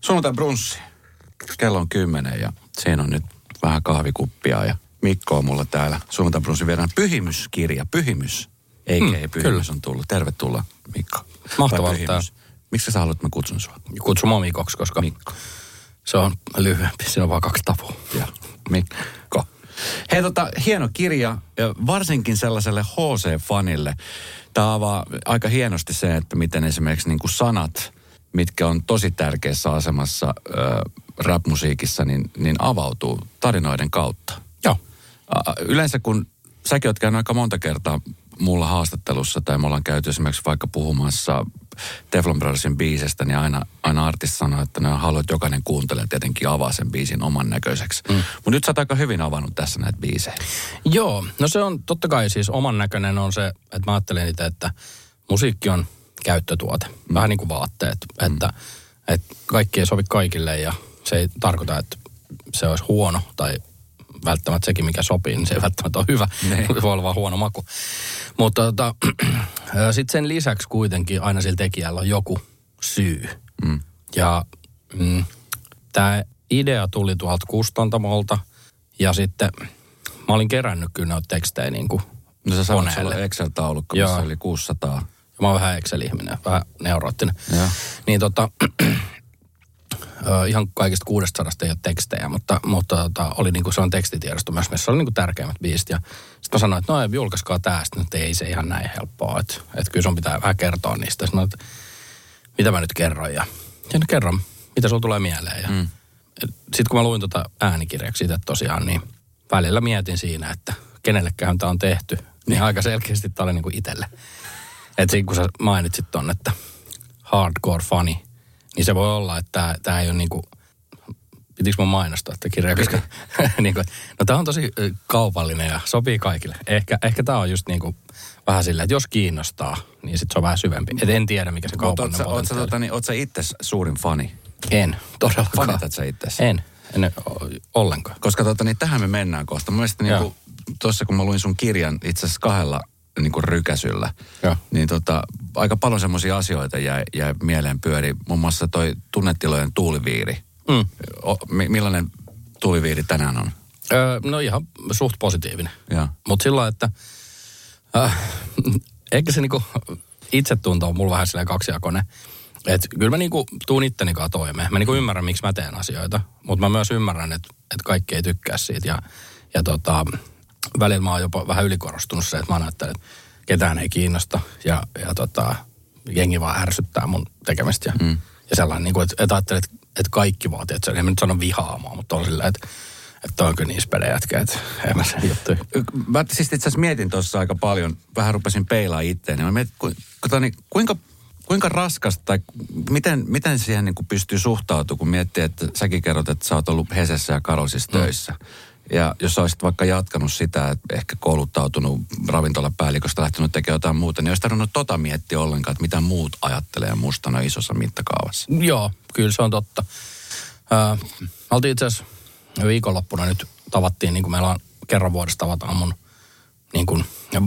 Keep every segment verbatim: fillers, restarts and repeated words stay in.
Sunnuntai brunssi. Kello on kymmenen ja siinä on nyt vähän kahvikuppia ja Mikko on mulla täällä. Sunnuntai brunssin viedään Pyhimyskirja. Pyhimys. Eikä mm, Pyhimys kyllä. On tullut. Tervetuloa, Mikko. Mahtavaa. Miksi sä haluat, että mä kutsun sua? Kutsu mua Mikoksi, koska Mikko. Se on lyhyempi. Siinä on vaan kaksi tapua. Ja Mikko. Hei, tota, hieno kirja, varsinkin sellaiselle H C-fanille. Tämä avaa aika hienosti se, että miten esimerkiksi niin kuin sanat, mitkä on tosi tärkeässä asemassa äh, rap-musiikissa, niin, niin avautuu tarinoiden kautta. Joo. Äh, yleensä kun säkin oot käynyt aika monta kertaa mulla haastattelussa, tai me ollaan käyty esimerkiksi vaikka puhumassa Teflon Brothersin biisestä, niin aina, aina artisti sanoo, että ne haluat, että jokainen kuuntelee tietenkin avaa sen biisin oman näköiseksi. Mm. Mutta nyt sä oot aika hyvin avannut tässä näitä biisejä. Joo, no se on totta kai siis oman näköinen on se, että mä ajattelen itse, että musiikki on käyttötuote. Mm. Vähän niin kuin vaatteet, mm. että, että kaikki ei sovi kaikille ja se ei tarkoita, että se olisi huono tai välttämättä sekin, mikä sopii, niin se ei välttämättä ole hyvä. Voi olla vaan huono maku. Mutta tota, sitten sen lisäksi kuitenkin aina sillä tekijällä on joku syy. Mm. Ja mm, tämä idea tuli tuolta kustantamolta. Ja sitten mä olin kerännyt kyllä noita tekstejä niin kuin no sä sanoit, että se Excel-taulukko, missä oli kuusisataa. Ja mä oon vähän Excel-ihminen, vähän neuroottinen. Ja. Niin tota... ihan kaikista kuudestasadasta ei ole tekstejä, mutta, mutta tota, oli niinku sellainen tekstitiedosto myös, missä oli niinku tärkeimmät biisit. Ja sitten mä sanoin, että no julkaiskaa tää, sitten että ei se ihan näin helppoa, että, että kyllä sun pitää vähän kertoa niistä. Sitten että mitä mä nyt kerron ja, ja nyt kerron, mitä sulla tulee mieleen. Ja mm. Sitten kun mä luin tota äänikirjaksi itse tosiaan, niin välillä mietin siinä, että kenellekään tää on tehty, niin aika selkeästi tää oli niinku itselle. Että siinä kun sä mainitsit ton, että hardcore funny, niin se voi olla, että tämä ei ole niin kuin, pitikö mun mainostaa että kirja, koska niin kuin, no tämä on tosi kaupallinen ja sopii kaikille. Ehkä, ehkä tämä on just niin kuin vähän silleen, että jos kiinnostaa, niin sitten se on vähän syvempi. Et en tiedä, mikä se kaupallinen potentiaali. Oletko tota, niin, sä itse suurin fani? En, todellakaan. Fanitat sä itse? En, en ollenkaan. Koska tota, niin, tähän me mennään kohta. Mun mielestä niin tuossa kun mä luin sun kirjan itse asiassa kahdella niin kuin rykäsyllä, ja. Niin tota, aika paljon semmoisia asioita jäi, jäi mieleen pyöri. Muun muassa toi tunnetilojen tuuliviiri. Mm. O, mi, millainen tuuliviiri tänään on? Öö, no ihan suht positiivinen. Mutta sillä että äh, ehkä se niinku itsetunto on mulla vähän silleen kaksijakoinen. Että kyllä mä niinku tuun itteni kanssa toimeen. Mä niinku ymmärrän, miksi mä teen asioita. Mutta mä myös ymmärrän, että et kaikki ei tykkää siitä. Ja, ja tota... välillä mä oon jopa vähän ylikorostunut se, että mä ajattelen, että ketään ei kiinnosta ja, ja tota, jengi vaan ärsyttää mun tekemistä. Ja, mm. ja sellainen, niin kuin, että, että ajattelin, että, että kaikki vaatii, että en mä nyt sano vihaamaan, mutta on silleen, että, että on kyllä niissä pelejätkä, että en mä sen juttuja. Mä siis itse asiassa mietin tuossa aika paljon, vähän rupesin peilaa itteeni. Mä mietin, ku, kutani, kuinka, kuinka raskasta tai miten, miten siihen niin kuin pystyy suhtautumaan, kun miettii, että säkin kerrot, että sä oot ollut Hesessä ja Karolsissa mm. töissä. Ja jos sä olisit vaikka jatkanut sitä, että ehkä kouluttautunut ravintolapäälliköstä, lähtenyt tekemään jotain muuta, niin olisi tarvinnut tota miettiä ollenkaan, että mitä muut ajattelee musta noin isossa mittakaavassa. Joo, kyllä se on totta. Äh, oltiin itse asiassa viikonloppuna nyt tavattiin, niin kuin meillä on kerran vuodessa tavataan mun, niin kuin,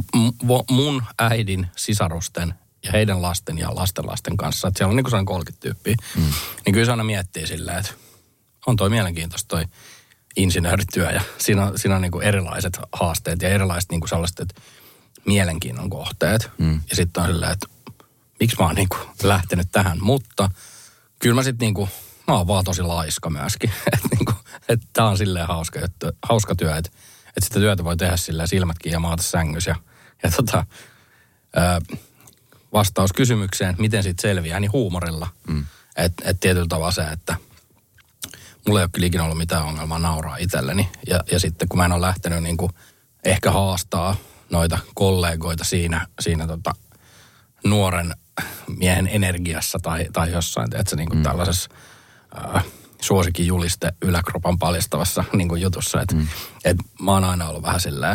mun äidin sisarusten ja heidän lasten ja lastenlasten kanssa. Että siellä on niin kuin sellainen kolmekymmentä tyyppiä. Mm. Niin kyllä se aina miettii silleen, että on toi mielenkiintoista toi insinöörityö ja siinä on, siinä on niin kuin erilaiset haasteet ja erilaiset niin kuin sellaiset mielenkiinnon kohteet. Mm. Ja sitten on silleen, että miksi mä oon niin kuin lähtenyt tähän, mutta kyllä mä sitten niin kuin, mä oon vaan tosi laiska myöskin. Että niin et tää on silleen hauska, että, hauska työ, että et sitä työtä voi tehdä silleen silmätkin ja maata sängyssä. Ja, ja tota, ää, vastaus kysymykseen, miten siitä selviää, niin huumorilla. Mm. Että et tietyllä tavalla se, että mulla ei ole kyllä ikinä ollut mitään ongelmaa nauraa itselleni. Ja, ja sitten kun mä en ole lähtenyt niin kuin ehkä haastaa noita kollegoita siinä, siinä tota nuoren miehen energiassa tai, tai jossain, että se niin kuin mm. tällaisessa äh, suosikin juliste yläkropan paljastavassa niin kuin jutussa. Että mm. et mä oon aina ollut vähän silleen,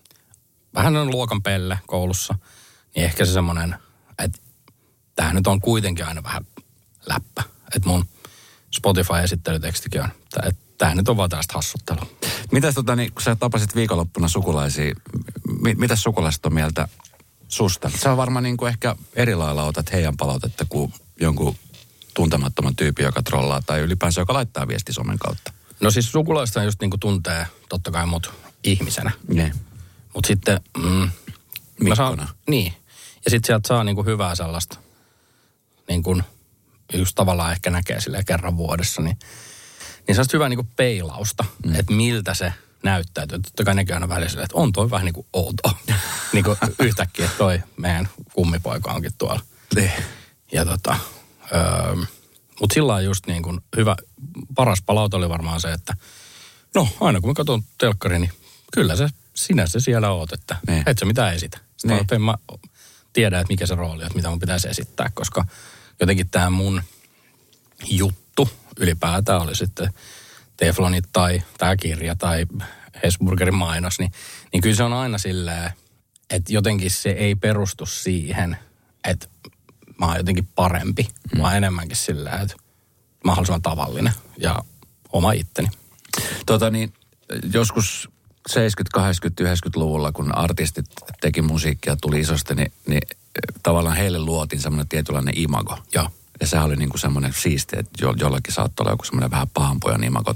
vähän on luokan pelle koulussa, niin ehkä se semmoinen, että tämähän nyt on kuitenkin aina vähän läppä. Että mun Spotify-esittelytekstikin on, että tämä nyt on vaan tällaista hassuttelua. Mitäs tota, niin, kun sä tapasit viikonloppuna sukulaisia, mit, mitäs sukulaiset on mieltä susta? Sä varmaan niin kuin ehkä eri lailla otat heidän palautetta kuin jonkun tuntemattoman tyypin, joka trollaa tai ylipäänsä joka laittaa viesti somen kautta? No siis sukulaista just niinku tuntee totta kai mut ihmisenä. Ne. Mut sitten... Mm, Mikkona. Saan, niin. Ja sitten sieltä saa niinku hyvää sellaista, niin kuin just tavallaan ehkä näkee silleen kerran vuodessa, niin, niin sellaista hyvää niinku peilausta, mm. että miltä se näyttäytyy. Totta kai nekin aina välillä silleen, että on toi vähän niin kuin outoa. niin kuin yhtäkkiä, että toi meidän kummipoika onkin tuolla. Ne. Ja tota, öö, mutta sillä on just niin kuin hyvä, paras palaute oli varmaan se, että no aina kun mä katson telkkari, niin kyllä se sinä se siellä oot, että ne. Et sä mitään esitä. Sitten en mä tiedä, että mikä se rooli on, että mitä mun pitäisi esittää, koska jotenkin tämä mun juttu ylipäätään oli sitten Teflonit tai tämä kirja tai Hesburgerin mainos, niin, niin kyllä se on aina silleen, että jotenkin se ei perustu siihen, että mä oon jotenkin parempi, mm. vaan enemmänkin silleen, että mahdollisimman tavallinen ja oma itteni. Tota niin, joskus seitsemänkymmentä-, kahdeksankymmentä-, yhdeksänkymmentäluvulla, kun artistit teki musiikkia, tuli isosti, niin, niin tavallaan heille luotiin semmoinen tietynlainen imago. Joo. Ja sehän oli niinku semmoinen siisti, että jo, jollakin saattoi olla joku semmoinen vähän pahanpojan imago.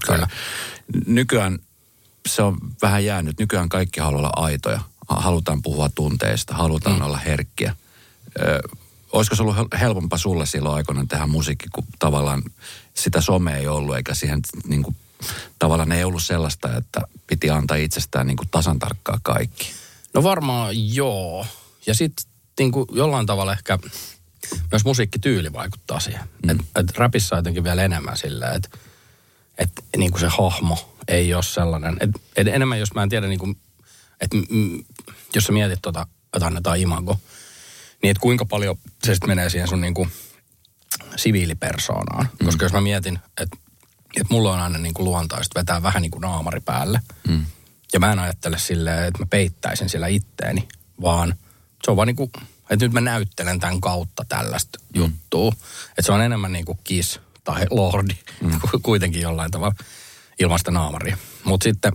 Nykyään se on vähän jäänyt. Nykyään kaikki haluaa olla aitoja. Halutaan puhua tunteista, halutaan mm. olla herkkiä. Ö, olisiko se ollut helpompaa sulle silloin aikoinaan tehdä musiikki, kun tavallaan sitä somea ei ollut, eikä siihen niinku, tavallaan ei ollut sellaista, että piti antaa itsestään niinku tasan tarkkaa kaikki? No varmaan joo. Ja sitten niinku jollain tavalla ehkä myös musiikkityyli vaikuttaa siihen. Mm. Että et rapissa jotenkin vielä enemmän silleen, että et niinku se hahmo ei ole sellainen. Että et enemmän jos mä en tiedä niinku, että mm, jos sä mietit tota, että annetaan imago, niin että kuinka paljon se sitten menee siihen sun niinku siviilipersoonaan. Mm. Koska jos mä mietin, että et mulla on aina niinku luontaista vetää vähän niinku naamari päälle. Mm. Ja mä en ajattele silleen, että mä peittäisin siellä itteeni, vaan se on vaan niinku, että nyt mä näyttelen tämän kautta tällaista mm. juttua. Että se on enemmän niinku Kiss tai Lordi, mm. kuitenkin jollain tavalla ilmaista naamaria. Mutta sitten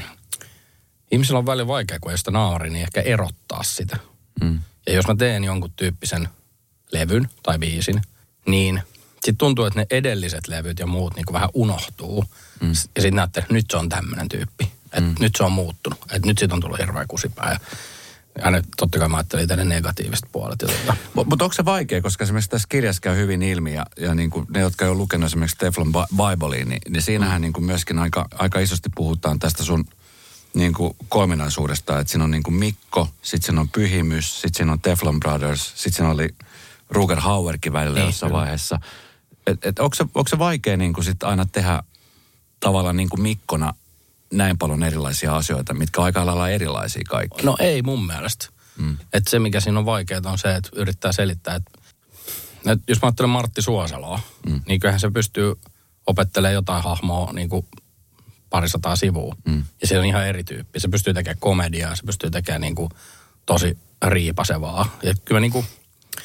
ihmisillä on välillä vaikea, kun ei sitä naamaria, niin ehkä erottaa sitä. Mm. Ja jos mä teen jonkun tyyppisen levyn tai biisin, niin sitten tuntuu, että ne edelliset levyt ja muut niin kuin vähän unohtuu. Mm. Ja sitten näette, että nyt se on tämmöinen tyyppi. Että mm. nyt se on muuttunut. Että nyt siitä on tullut hirveä kusipää. Ja aina totta kai mä ajattelin itse ne negatiiviset puolet. Tuota. Mutta onko se vaikea, koska esimerkiksi tässä kirjassa käy hyvin ilmi, ja, ja niin kuin ne, jotka ei ole lukenut esimerkiksi Teflon Biblea, niin, niin siinähän mm. niin kuin myöskin aika, aika isosti puhutaan tästä sun niin kuin kolminaisuudesta, että siinä on niin kuin Mikko, sitten siinä on Pyhimys, sitten siinä on Teflon Brothers, sitten siinä oli Ruger Hauerkin välillä niin, jossain kyllä. vaiheessa. Et, et onko, se, onko se vaikea niin kuin sit aina tehdä tavallaan niin kuin Mikkona näin paljon erilaisia asioita, mitkä on aika lailla erilaisia kaikki? No ei mun mielestä. Mm. Että se, mikä siinä on vaikeaa, on se, että yrittää selittää, että, että jos mä ajattelen Martti Suosaloa, mm. niin kyllähän se pystyy opettelemaan jotain hahmoa niin kuin parisataa sivua. Mm. Ja se on ihan eri tyyppi. Se pystyy tekemään komediaa, se pystyy tekemään niin kuin tosi riipasevaa. Ja kyllä niin kuin,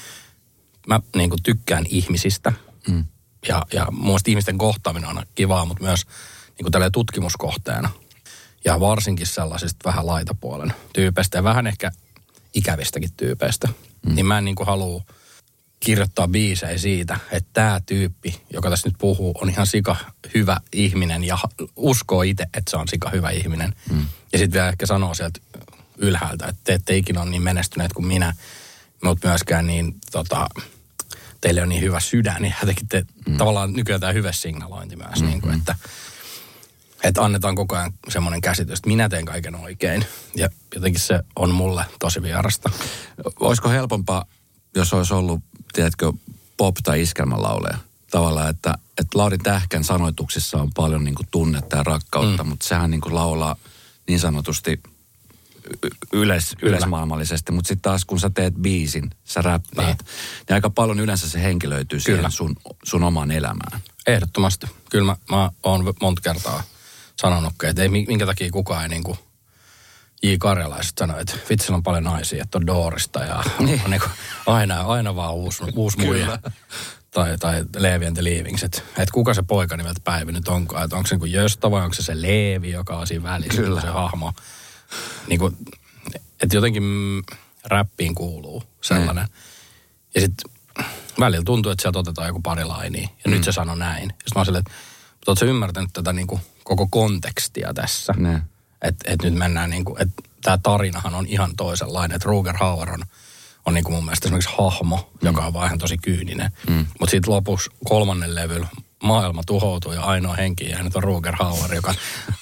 mä niin kuin tykkään ihmisistä. Mm. Ja, ja mun mielestä ihmisten kohtaaminen on kivaa, mutta myös niin kuin tälleen tutkimuskohteena. Ja varsinkin sellaisista vähän laitapuolen tyypeistä ja vähän ehkä ikävistäkin tyypeistä. Mm. Niin mä en niin kuin halua kirjoittaa biisejä siitä, että tämä tyyppi, joka tässä nyt puhuu, on ihan sika hyvä ihminen ja uskoo itse, että se on sika hyvä ihminen. Mm. Ja sitten vielä ehkä sanoo sieltä ylhäältä, että te ette ikinä ole niin menestyneet kuin minä, mutta myöskään niin tota, teille on niin hyvä sydän. Ja jotenkin te, mm. tavallaan nykyään tämä hyvä signalointi myös, mm-hmm. niin kuin, että, että annetaan koko ajan semmoinen käsitys, että minä teen kaiken oikein. Ja jotenkin se on mulle tosi vierasta. Olisiko helpompaa, jos olisi ollut, tiedätkö, pop- tai iskelmälauleja? Tavallaan, että, että Lauri Tähkän sanoituksissa on paljon niin kuin tunnetta ja rakkautta, mm. mutta sehän niin kuin laulaa niin sanotusti yleis, yleismaailmallisesti. Mutta sitten taas, kun sä teet biisin, sä räppäät, niin, niin aika paljon yleensä se henkilöityy siihen sun, sun omaan elämään. Ehdottomasti. Kyllä mä, mä oon monta kertaa sanonut, että ei minkä takia kukaan ei niin kuin J. Karjalaiset sanoi, että vitsillä on paljon naisia, että on Doorista ja niin. on niin kuin aina, aina vaan uusi, uusi muija. Tai, tai Leevi and the Leavings, että et kuka se poika nimeltä Päivi nyt onkaan, että onko se niin Jöstä vai onko se se Leevi, joka on siinä välissä, kyllä. se hahmo. Niin kuin, että jotenkin räppiin kuuluu sellainen. Mm. Ja sitten välillä tuntuu, että sieltä otetaan joku pari lainia. Ja mm. nyt se sanoi näin. Ja sitten mä oon silleen, että ootko sä ymmärtänyt tätä niin kuin koko kontekstia tässä? Että et nyt mennään niin kuin, että tämä tarinahan on ihan toisenlainen. Että Rutger Hauer on, on niin kuin mun mielestä esimerkiksi hahmo, mm. joka on vaan ihan tosi kyyninen. Mm. Mutta sitten lopuksi kolmannen levyllä maailma tuhoutuu ja ainoa henki jäänyt on Rutger Hauer, joka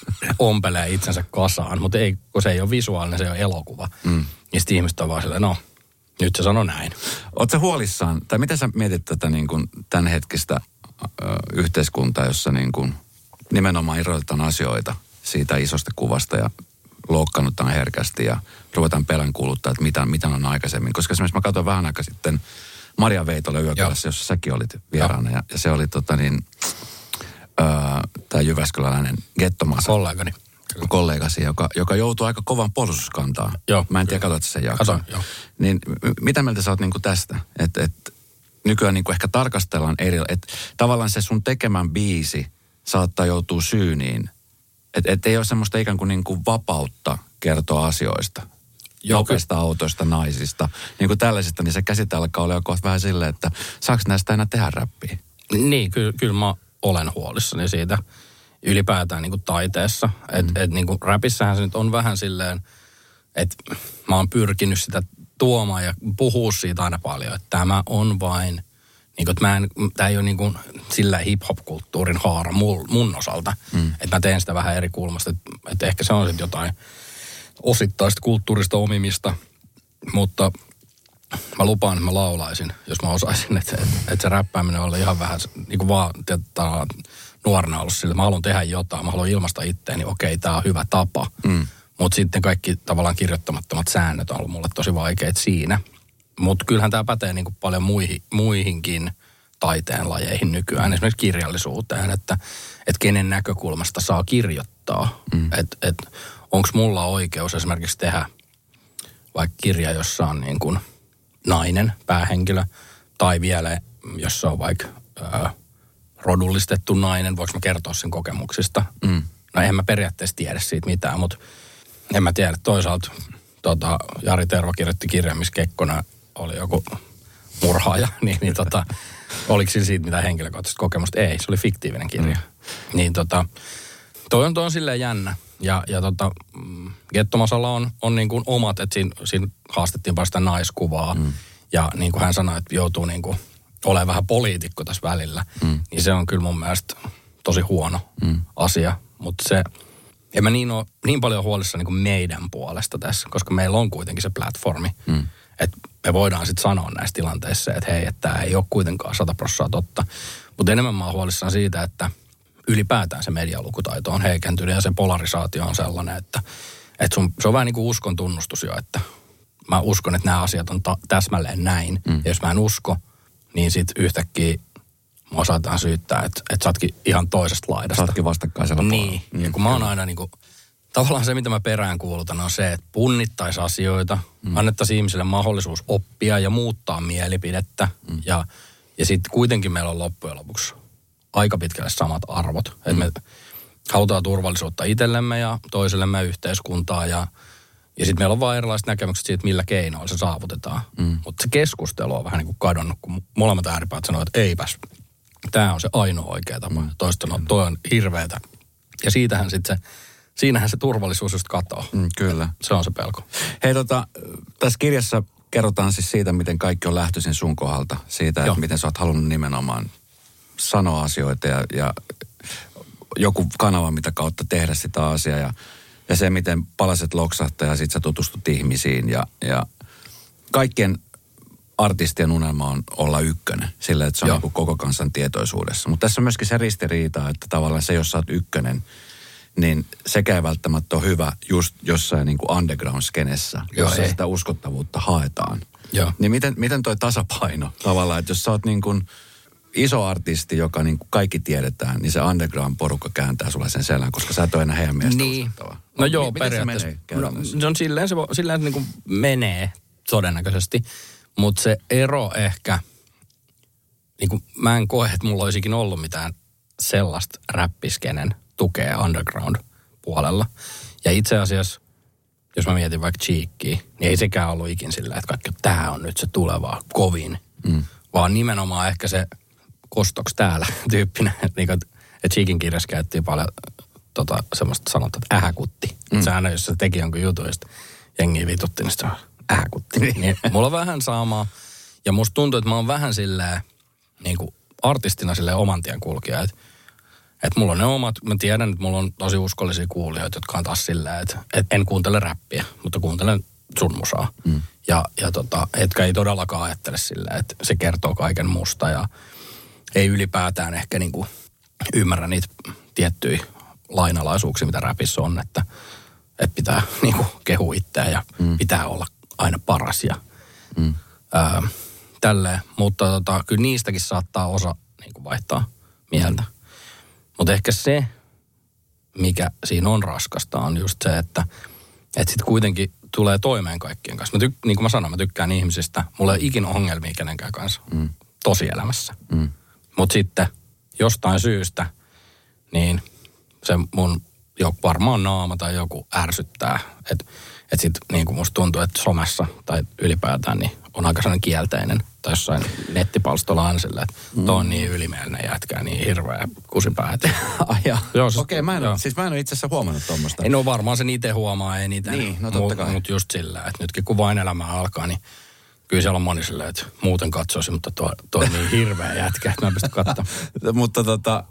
ompelee itsensä kasaan. Mutta ei, kun se ei ole visuaalinen, se on elokuva. Mm. Niin sitten ihmiset on vaan silleen, no, nyt se sanoo näin. Oletko sä huolissaan, tai miten sä mietit tätä niin kuin tämänhetkistä ö, yhteiskuntaa, jossa niin kuin nimenomaan irrotetaan asioita siitä isosta kuvasta ja loukkaannutaan herkästi ja ruvetaan peräänkuuluttaa, että mitä, mitä on aikaisemmin. Koska esimerkiksi mä katsoin vähän aikaa sitten Maria Veitola Yökylässä, jossa säkin olit vieraana. Ja, ja se oli tota niin, öö, tämä jyväskyläläinen gettomasa. Kollegani. kollegasi, joka, joka joutuu aika kovan puolustuskantaan. Joo. Mä en tiedä, katsoit sen jakson. Kato, joo. Niin mitä mieltä sä oot niinku tästä? Että et, nykyään niinku ehkä tarkastellaan eri, että tavallaan se sun tekemän biisi saattaa joutua syyniin. Että et ei ole semmoista ikään kuin niinku vapautta kertoa asioista. Nopeista autoista, naisista. Niin kuin tällaisista, niin se käsite alkaa olla jo kohta vähän silleen, että saako näistä enää tehdä räppiä? Niin, kyllä, kyllä mä olen huolissani siitä ylipäätään niin kuin taiteessa. Että mm. et, niin kuin räpissähän se nyt on vähän silleen, että mä oon pyrkinyt sitä tuomaan ja puhua siitä aina paljon. Että tämä on vain, niin kuin, että mä en, tämä ei ole niin kuin sillä hip-hop-kulttuurin haara mun, mun osalta. Mm. Että mä teen sitä vähän eri kulmasta. Että, että ehkä se on sitten jotain osittaista kulttuurista omimista, mutta mä lupaan, että mä laulaisin, jos mä osaisin, että, että, että se räppääminen on ihan vähän niin kuin vaan tietää, nuorena ollut sille, mä haluan tehdä jotain, mä haluan ilmaista itteeni, okei, tää on hyvä tapa. Mm. Mutta sitten kaikki tavallaan kirjoittamattomat säännöt on ollut mulle tosi vaikeat siinä. Mutta kyllähän tämä pätee niin kuin paljon muihin, muihinkin taiteen lajeihin nykyään, esimerkiksi kirjallisuuteen, että, että kenen näkökulmasta saa kirjoittaa. Mm. Että et, onko mulla oikeus esimerkiksi tehdä vaikka kirja, jossa on niin kuin nainen, päähenkilö, tai vielä, jossa on vaikka ää, rodullistettu nainen, voiko mä kertoa sen kokemuksista? Mm. No en mä periaatteessa tiedä siitä mitään, mutta en mä tiedä. Toisaalta tota, Jari Tervo kirjoitti kirjan, missä Kekkonen oli joku murhaaja, niin, niin tota, oliko sillä siitä mitään henkilökohtaista kokemusta? Ei, se oli fiktiivinen kirja. Mm. Niin tota, toi on, toi on silleen jännä. Ja, ja tota, Gettomasalla on, on niin kuin omat, että siinä, siinä haastettiin paljon sitä naiskuvaa. Mm. Ja niin kuin hän sanoi, että joutuu niin kuin olemaan vähän poliitikko tässä välillä. Mm. Niin se on kyllä mun mielestä tosi huono mm. asia. Mutta se, en mä niin, ole, niin paljon huolissa niin kuin meidän puolesta tässä, koska meillä on kuitenkin se platformi. Mm. Että me voidaan sitten sanoa näissä tilanteissa, että hei, että tämä ei ole kuitenkaan sata prosenttia totta. Mutta enemmän mä oon huolissaan siitä, että ylipäätään se medialukutaito on heikentynyt ja se polarisaatio on sellainen, että, että sun, se on vähän niin kuin uskon tunnustus jo, että mä uskon, että nämä asiat on ta- täsmälleen näin. Mm. Ja jos mä en usko, niin sitten yhtäkkiä mua saataan syyttää, että, että sä ootkin ihan toisesta laidasta. Sä ootkin vastakkaisella puolella. Niin, mm. ja kun mä oon aina niin kuin, tavallaan se, mitä mä peräänkuulutan, on se, että punnittaisi asioita, mm. annettaisiin ihmisille mahdollisuus oppia ja muuttaa mielipidettä. Mm. Ja, ja sitten kuitenkin meillä on loppujen lopuksi aika pitkälle samat arvot. Mm. Että me halutaan turvallisuutta itsellemme ja toisellemme yhteiskuntaa ja, ja sitten meillä on vaan erilaiset näkemykset siitä, millä keinoilla se saavutetaan. Mm. Mutta se keskustelu on vähän niin kuin kadonnut, kun molemmat ääripäät sanoo, että eipäs, tämä on se ainoa oikea tapa. Mm. Toista sanoo, toi on hirveetä. Ja siitähän sitten se, siinähän se turvallisuus just katoaa. Mm, kyllä. Se on se pelko. Hei tota, tässä kirjassa kerrotaan siis siitä, miten kaikki on lähtöisin sun kohdalta. Siitä, että miten sä oot halunnut nimenomaan sanoa asioita ja, ja joku kanava, mitä kautta tehdä sitä asiaa. Ja, ja se, miten palaset loksahtaa ja sit sä tutustut ihmisiin. Ja, ja kaikkien artistien unelma on olla ykkönen. Sillä, että se on niin koko kansan tietoisuudessa. Mutta tässä on myöskin se ristiriita, että tavallaan se, jos sä oot ykkönen, niin sekä ei välttämättä ole hyvä just jossain niin kuin underground-skenessä, jossa ei. Sitä uskottavuutta haetaan. Joo. Niin miten, miten toi tasapaino tavallaan, että jos sä oot niin kuin iso artisti, joka niin kuin kaikki tiedetään, niin se underground-porukka kääntää sulle sen selän, koska sä et ole enää heidän mielestä niin. uskottava. No joo, miten periaatteessa. Se menee no, se on silleen, se, silleen, se niin kuin menee todennäköisesti, mutta se ero ehkä, niin kuin mä en koe, että mulla olisikin ollut mitään sellaista räppiskenen tukea underground-puolella. Ja itse asiassa, jos mä mietin vaikka Cheekkiä, niin ei sekään ollut ikin sillä, että kaikki, tämä on nyt se tuleva kovin. Mm. vaan nimenomaan ehkä se kostoks täällä tyyppinen. Niin että Cheekin kirjassa käyttiin paljon tota, semmoista sanontaa, että ähäkutti. Mm. Sehän jos se teki jonkun jutun, ja sitten jengi vitutti, niin sitten ähäkutti. Niin, mulla on vähän samaa. Ja musta tuntuu, että mä oon vähän silleen, niin kuin artistina silleen oman tien kulkija. Että et mulla on ne omat, mä tiedän, että mulla on tosi uskollisia kuulijoita, jotka on taas silleen, että et en kuuntele räppiä, mutta kuuntelen sun musaa. Mm. Ja, ja tota, etkä ei todellakaan ajattele silleen, että se kertoo kaiken musta ja ei ylipäätään ehkä niinku ymmärrä niitä tiettyjä lainalaisuuksia, mitä räpissä on, että, että pitää niinku kehua itseään ja mm. pitää olla aina paras ja mm. ää, tälleen. Mutta tota, kyllä niistäkin saattaa osa niinku vaihtaa mieltä. Mm. Mutta ehkä se, mikä siinä on raskasta, on just se, että, että sitten kuitenkin tulee toimeen kaikkien kanssa. Mä tyk, niin kuin mä sanoin, mä tykkään ihmisistä. Mulla ei ikinä ongelmia kenenkään kanssa mm. tosielämässä. Mm. Mutta sitten jostain syystä, niin se mun jo varmaan naama tai joku ärsyttää. Että et sitten niin kuin musta tuntuu, että somessa tai ylipäätään niin on aika sellainen kielteinen. Tai jossain nettipalstolla aina sillä, että mm. toi on niin ylimielinen jätkä, niin hirveä kusipäät. Okei, okay, mä, siis mä en ole itse asiassa huomannut tuommoista. Ei no varmaan sen itse huomaa eniten. Niin, no totta kai. Mutta just sillä, että nytkin kun vain elämä alkaa, niin kyllä siellä on moni silleen, että muuten katsoisin, mutta toi, toi on niin hirveä jätkä, että mä en pysty katsomaan. Mutta tota,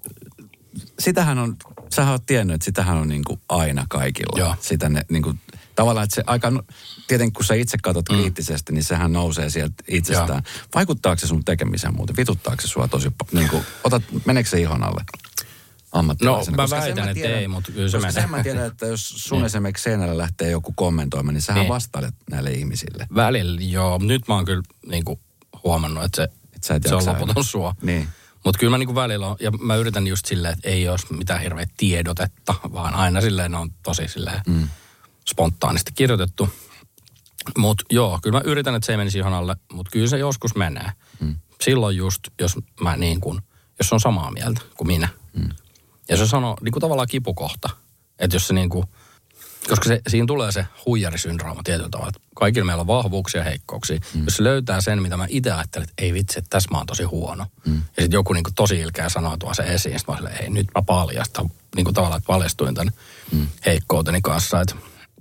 sitähän on, sähän oot tiennyt, että sitähän on niinku aina kaikilla. Joo. Sitä ne niinku, tavallaan, että se aika, tietenkin kun sä itse katsot mm. kriittisesti, niin sehän nousee sieltä itsestään. Joo. Vaikuttaako se sun tekemiseen muuten? Vituttaako se sua tosi paljon? Niin otat, meneekö se ihon alle ammattilaisena? No mä väitän, että ei, mutta kyllä se menee. Koska sen mä tiedän, että jos sun niin. esimerkiksi seinällä lähtee joku kommentoimaan, niin sähän niin. vastailet näille ihmisille. Välillä, joo. Nyt mä oon kyllä niin kuin huomannut, että se, Et sä et se on loputon sua. Niin. Mutta kyllä mä niinku välillä on, ja mä yritän just silleen, että ei ole mitään hirveä tiedotetta, vaan aina silleen ne on tosi silleen mm. spontaanisti kirjoitettu. Mutta joo, kyllä mä yritän, että se ei menisi ihan alle, mutta kyllä se joskus menee. Mm. Silloin just, jos mä niin kuin, jos on samaa mieltä kuin minä. Mm. Ja se sanoo niin kuin tavallaan kipukohta, että jos se niin kuin, koska se, siinä tulee se huijarisyndrooma tietyllä tavalla, että kaikilla meillä on vahvuuksia ja heikkouksia. Mm. Jos se löytää sen, mitä mä itse ajattelen, että ei vitsi, että tässä mä oon tosi huono. Mm. Ja sitten joku niin kuin tosi ilkeä sanoo tuo se esiin, sitten mä oon silleen, ei nyt mä paljastan, niin kuin tavallaan, että paljastuin tämän mm. heikkouteni kanssa, että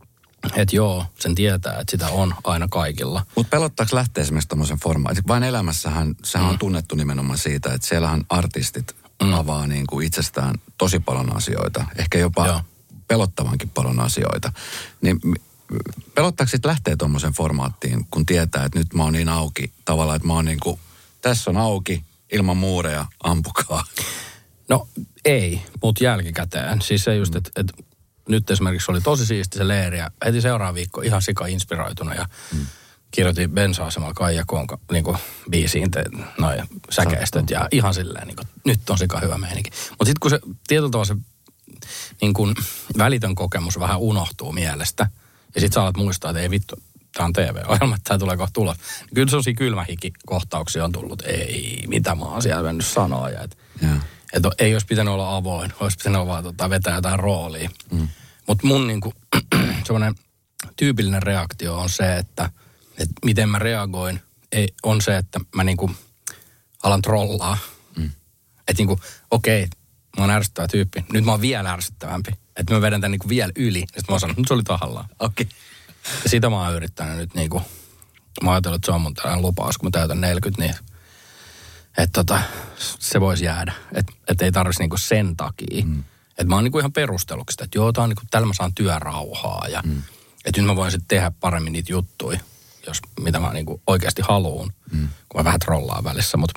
et joo, sen tietää, että sitä on aina kaikilla. Mutta pelottaako lähteä esimerkiksi tommoisen formaatin? Vain elämässähän, sehän mm. on tunnettu nimenomaan siitä, että siellähän artistit mm. avaa niin kuin itsestään tosi paljon asioita. Ehkä jopa joo. pelottavankin paljon asioita. Niin pelottaako sitten lähteä tuommoisen formaattiin, kun tietää, että nyt mä oon niin auki tavallaan, että mä oon niin kuin, tässä on auki, ilman muureja, ampukaa. No ei, mutta jälkikäteen. Siis se just, että et, nyt esimerkiksi oli tosi siisti se leiri ja heti seuraava viikko ihan sika inspiroitunut ja mm. kirjoitin bensa-asemalla Kaija Koon niin biisiin te, noin säkeistöt ja ihan silleen, niin kuin, nyt on sika hyvä meininki. Mutta sitten kun se tietyllä tavalla se niin kuin välitön kokemus vähän unohtuu mielestä ja sitten sä alat muistaa, että ei vittu, tää on T V-ohjelma, tää tulee kohta tulla. Kyllä sellaisia kylmähikikohtauksia on tullut, ei, mitä mä oon siellä mennyt sanoa ja että et ei olisi pitänyt olla avoin, olisi pitänyt vaan tota, vetää jotain roolia. Mm. Mutta mun niinku, semmoinen tyypillinen reaktio on se, että et miten mä reagoin, ei, on se, että mä niinku alan trollaa. Mm. Että niinku, okei, mä oon ärsyttävä tyyppi, nyt mä oon vielä ärsyttävämpi. Että mä vedän tän niinku vielä yli, ja sit mä oon sanonut, nyt se oli tahallaan. Okei. Ja sitä mä oon yrittänyt nyt niinku, mä oon ajatellut, että se on mun tällainen lupaus, kun mä täytän neljäkymmentä, niin että tota, se voisi jäädä. Että et ei tarvitsisi niinku sen takia. Mm. Että mä oon niinku ihan perustellut sitä, että joo, tää on niinku, tällä mä saan työrauhaa. Ja mm. että nyt mä voin sitten tehdä paremmin niitä juttuja, jos mitä mä niinku oikeasti haluun. Mm. Kun mä vähän trollaan välissä, mutta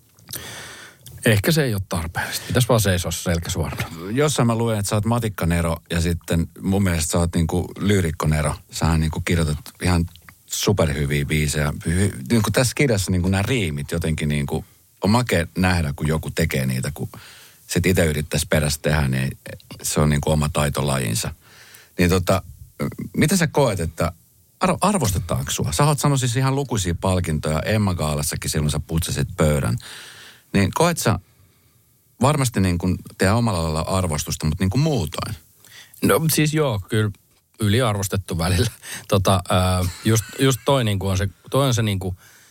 ehkä se ei ole tarpeellista. Pitäisi vaan seisoa selkä suorana. Jossain mä luen, että sä oot matikkanero ja sitten mun mielestä sä oot niinku lyyrikkonero. Sähän niinku kirjoitat ihan superhyviä biisejä. Niin kuin tässä kirjassa niin kuin nämä riimit jotenkin niin kuin, on makea nähdä, kun joku tekee niitä, kun sit itse yrittäisi perässä tehdä, niin se on niin kuin oma taitolajinsa. Niin tota, mitä sä koet, että arvo, arvostetaanko sua? Sä oot sanonut siis ihan lukuisia palkintoja, Emma Gaalassakin silloin sä putsasit pöydän. Niin koet sä varmasti niin kuin tehdä omalla lailla arvostusta, mutta niin kuin muutoin? No siis joo, kyllä. Yliarvostettu välillä. Tota, ää, just, just toi, niinku on se, toi on se niinku,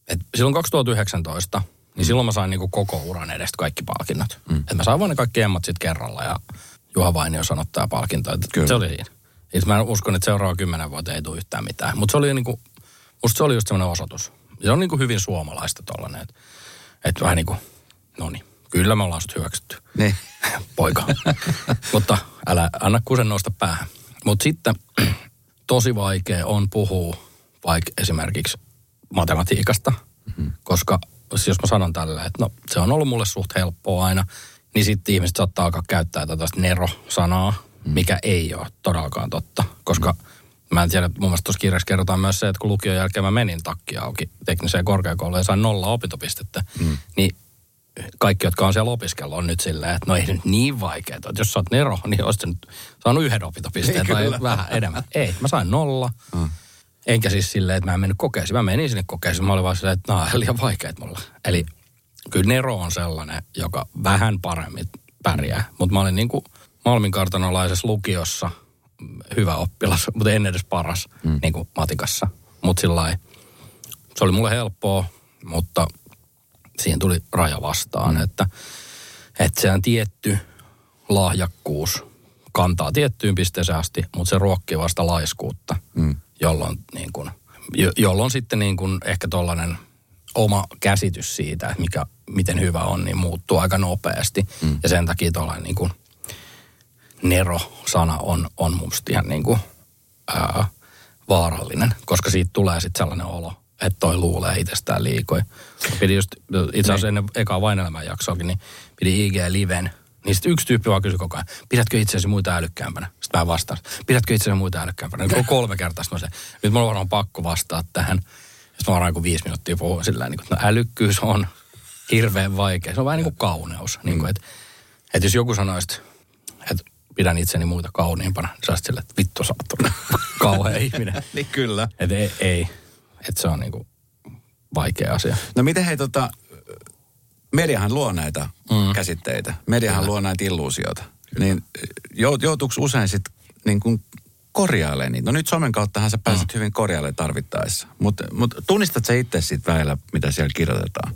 Et silloin kaksituhattayhdeksäntoista, niin silloin mä sain niinku koko uran edestä kaikki palkinnot. Mm. Että mä sain vaan ne kaikki emmat sit kerralla ja Juha Vainio sanottaa palkintoa. Se oli siinä. Ja mä uskon, että seuraava kymmenen vuotta ei tule yhtään mitään. Mutta se oli niinku, musta se oli just semmoinen osoitus. Se on niinku hyvin suomalaista tollanen. Että et vähän niinku, no niin, kyllä me ollaan sut hyväksytty. Niin. Poika. Mutta älä anna kusen nousta päähän. Mutta sitten tosi vaikea on puhua vaikka esimerkiksi matematiikasta, mm-hmm. koska jos mä sanon tällä, että no se on ollut mulle suht helppoa aina, niin sitten ihmiset saattaa alkaa käyttää tätä nero-sanaa, mm-hmm. mikä ei ole todellakaan totta, koska mm-hmm. mä en tiedä, mun mielestä tuossa kirjassa kerrotaan myös se, että kun lukion jälkeen mä menin takki auki tekniseen korkeakouluun ja sain nolla opintopistettä, mm-hmm. niin kaikki, jotka on siellä opiskella, on nyt silleen, että no ei nyt niin vaikeaa, että jos sä oot nero, niin olisit nyt saanut yhden opintopisteen tai vähän enemmän. Ei, mä sain nolla. Mm. Enkä siis silleen, että mä en mennyt kokeisiin. Mä menin sinne kokeisiin. Mä olin vaan silleen, että nämä on liian vaikeat mulla. Eli kyllä nero on sellainen, joka vähän paremmin pärjää. Mutta mä olin niin kuin malminkartanolaisessa lukiossa hyvä oppilas, mutta en edes paras mm. niin kuin matikassa. Mutta sillä lailla, se oli mulle helppoa, mutta siihen tuli raja vastaan, mm. että, että sehän tietty lahjakkuus kantaa tiettyyn pisteeseen asti, mutta se ruokkii vasta laiskuutta, mm. jolloin, niin kun, jo, jolloin sitten niin kun ehkä tollainen oma käsitys siitä, että mikä, miten hyvä on, niin muuttuu aika nopeasti. Mm. Ja sen takia tollainen niin kun nero-sana on, on musta ihan niin kun, ää, vaarallinen, koska siitä tulee sitten sellainen olo, että toi luulee itsestään liikoin. Pidi just, itse asiassa ennen ekaa Vain elämän jaksoakin, niin pidi I G-liven. Niin sitten yksi tyyppi vaan kysyi koko ajan, pidätkö itseäsi muita älykkäämpänä? Sitten mä vastaan, pidätkö itseäsi muita älykkäämpänä? Nyt kolme kertaa sitten mä se, nyt mulla on varmaan pakko vastaa tähän. Sitten mä varmaan kuin viisi minuuttia puhun sillä tavalla, että no älykkyys on hirveän vaikea. Se on vähän niin kuin kauneus. Mm. Niin kuin, että, että jos joku sanoisi, että pidän itseni muita kauniimpana, niin sä olisit silleen, että vittu sä oot kauhea ihminen. Niin kyllä. Että ei, ei. Että se on niinku vaikea asia. No miten hei tota, mediahan luo näitä mm. käsitteitä. Mediahan Kyllä. luo näitä illuusioita. Kyllä. Niin joutuuko usein sitten niin kuin korjailemaan niitä? No nyt somen kauttahan sä pääset mm. hyvin korjailemaan tarvittaessa. Mutta mut tunnistat sä itse sitten väillä, mitä siellä kirjoitetaan?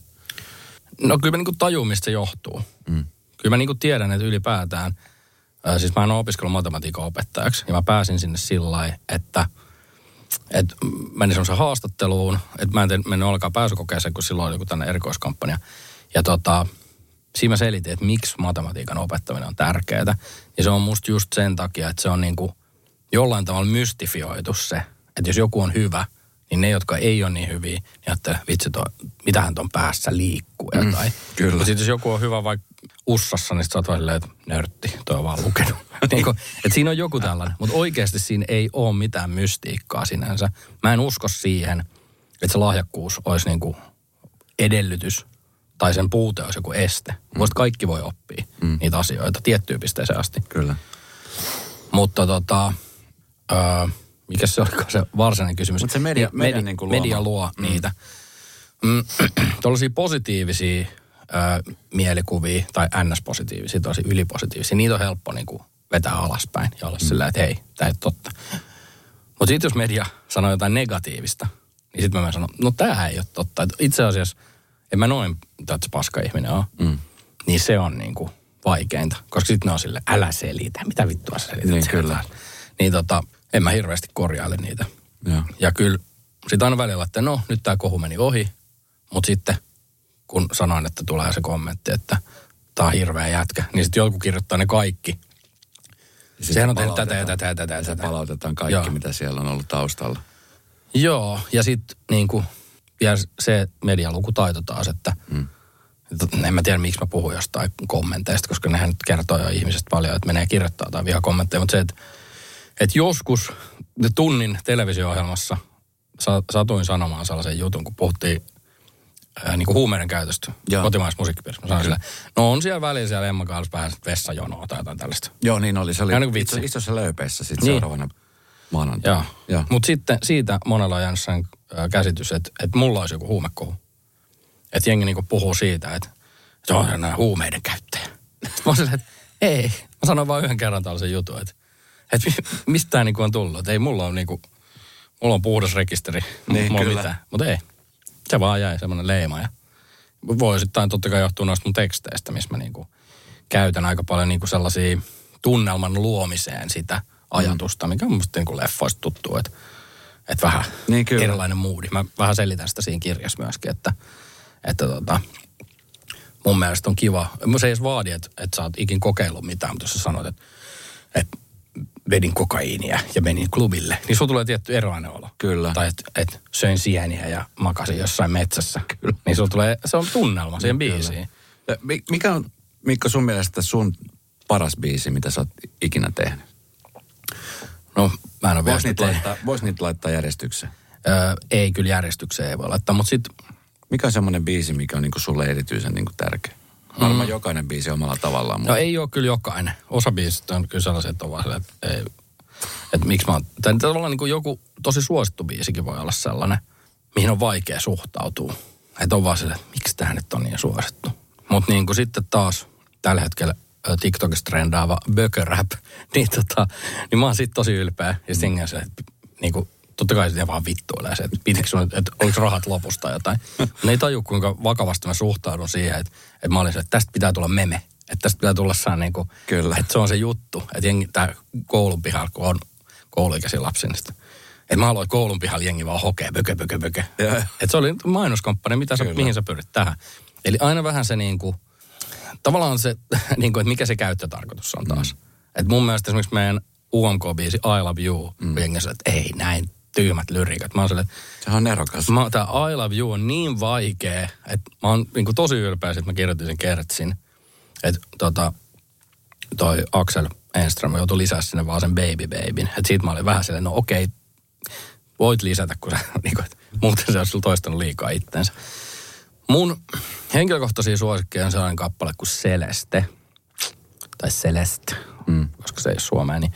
No kyllä mä niinku tajun, mistä se johtuu. Mm. Kyllä mä niinku tiedän, että ylipäätään, äh, siis mä en ole opiskellut matematiikan opettajaksi, ja mä pääsin sinne sillä lailla, että että menin semmoisen haastatteluun, että mä en mennyt ollenkaan pääsykokeeseen, kun silloin oli joku tänne erikoiskampanja. Ja tota, siinä mä selitin, että miksi matematiikan opettaminen on tärkeää. Ja se on musta just sen takia, että se on niinku jollain tavalla mystifioitu se, että jos joku on hyvä, niin ne, jotka ei ole niin hyviä, niin ajattelee, vitsi, toi, mitähän ton päässä liikkuu jotain. Mm, kyllä. Ja sitten jos joku on hyvä vaikka Ussassa, niin sit sä oot vaan silleen, että nörtti, toi on vaan lukenut. niin kuin, että siinä on joku tällainen, mutta oikeasti siinä ei ole mitään mystiikkaa sinänsä. Mä en usko siihen, että se lahjakkuus olisi niin kuin edellytys tai sen puute olisi joku este. Mm. Muista kaikki voi oppia mm. niitä asioita tiettyyn pisteeseen asti. Kyllä. Mutta tota, öö, mikä se olikaan se varsinainen kysymys? Mutta se media, media, media, niin media luo mm. niitä. Mm, tuollaisia positiivisia ö, mielikuvia tai ns-positiivisia, tosi ylipositiivisia, niitä on helppo niin kuin vetää alaspäin ja olla mm. sillä, että hei, tämä ei ole totta. Mutta sitten jos media sanoo jotain negatiivista, niin sitten mä sanon, no tämä ei ole totta. Et itse asiassa, en mä noin tätä paska ihminen ole, mm. niin se on niin kuin vaikeinta. Koska sitten ne on silleen, älä selitä, mitä vittua sä selität. Niin kyllä. Niin tota, en mä hirveästi korjaile niitä. Ja, ja kyllä sitten aina välillä, että no nyt tämä kohu meni ohi, mutta sitten kun sanoin, että tulee se kommentti, että tämä on hirveä jätkä, niin sitten joku kirjoittaa ne kaikki. Sehän on tehnyt tätä ja tätä ja tätä ja tätä. Palautetaan kaikki, Joo. mitä siellä on ollut taustalla. Joo, ja sitten niin kuin vielä se medialukutaito taas, että hmm. en mä tiedä, miksi mä puhun jostain kommenteista, koska nehän nyt kertoo jo ihmisestä paljon, että menee kirjoittaa jotain vihakommentteja, mutta se, että, että joskus tunnin televisio-ohjelmassa satuin sanomaan sellaisen jutun, kun puhuttiin ää, niin kuin huumeiden käytöstä kotimaisessa musiikkipiirissä. Mä sanoin silleen, no on siellä väliin siellä Emma Kaalissa vähän vessajonoa tai jotain tällaista. Joo, niin oli. Se oli niin vitsi. Isossa lööpeissä sitten niin. seuraavana maanantaina. Joo, mutta sitten siitä monella on jäänyt sen käsitys, että, että mulla olisi joku huumekohu. Että jengi niinku puhuu siitä, että se on sellainen huumeiden käyttäjä. Mä oon silleen, että ei. Mä sanoin vaan yhden kerran tällaisen jutun, että, että mistä tää niinku on tullut. Että ei mulla on niinku, mulla on puhdas rekisteri, niin, mulla on mitään. Mutta ei. Se vaan jäi semmoinen leima ja voi osittain totta kai johtua noista mun teksteistä, missä mä niinku käytän aika paljon niinku sellaisia tunnelman luomiseen sitä ajatusta, mikä on musta niinku leffoista tuttu, että et vähän niin erilainen moodi. Mä vähän selitän sitä siinä kirjassa myöskin, että, että tota, mun mielestä on kiva. Se ei edes vaadi, että, että sä oot ikin kokeillut mitään, mutta jos sä sanot, että, että vedin kokaiinia ja menin klubille, niin sulla tulee tietty erilainen olo. Kyllä. Tai että et söin sieniä ja makasin jossain metsässä. Kyllä. Niin sulla tulee, se on tunnelma siihen kyllä. biisiin. Ja mikä on, Mikko, sun mielestä sun paras biisi, mitä sä oot ikinä tehnyt? No, mä en ole Vois niitä laittaa, vois niitä laittaa järjestykseen? Öö, ei, kyllä järjestykseen ei voi laittaa, mutta sit... Mikä on semmoinen biisi, mikä on niinku sulle erityisen niinku tärkeä? Varmaan mm. jokainen biisi omalla tavallaan. Mutta... No ei ole kyllä jokainen. Osa biisistä on kyllä sellaiset, että on vaan silleen, että, ei, että miksi mä oon... Tai tavallaan niin kuin joku tosi suosittu biisikin voi olla sellainen, mihin on vaikea suhtautua. Että on vaan silleen, että miksi tämä nyt on niin suosittu. Mutta niin kuin sitten taas tällä hetkellä TikTokissa trendaava bökörap, niin, tota, niin mä oon siitä tosi ylpeä. Ja sitten se, että niin kuin, totta kai sitten vaan vittuilee se, että pitikö sun, että oliko rahat lopusta jotain. Ne ei taju, kuinka vakavasti mä suhtaudun siihen, että, että mä olin se, että tästä pitää tulla meme. Että tästä pitää tulla saa niin kuin, että se on se juttu. Että jengi, tää koulun pihalla, kun on kouluikäisiä lapsia, niin sitä, että mä haluan, että koulun pihalla jengi vaan hokee, bökö, bökö, bökö. Että se oli mainoskampanja, mitä sä, mihin sä pyrit tähän. Eli aina vähän se niin kuin, tavallaan se, niin kuin, että mikä se käyttötarkoitus on taas. Mm. Että mun mielestä esimerkiksi meidän U M K-biisi I Love You, mm. jengi sanoo, että ei näin tyhmät lyriikat. Mä oon silleen, sehän on nerokas. Mä, tää I Love You on niin vaikea, että mä oon niin kuin tosi ylpeä, että mä kirjoitin sen kertsin. Että tota, toi Axel Enström joutui lisää sinne vaan sen Baby Babyn. Että siitä mä olin vähän silleen, no okei, voit lisätä, kun sä, niin kuin, muuten se olisi sulla toistanut liikaa itteensä. Mun henkilökohtaisia suosikkeja on sellainen kappale kuin Celeste. Tai Celeste, mm. koska se ei ole suomea. Niin,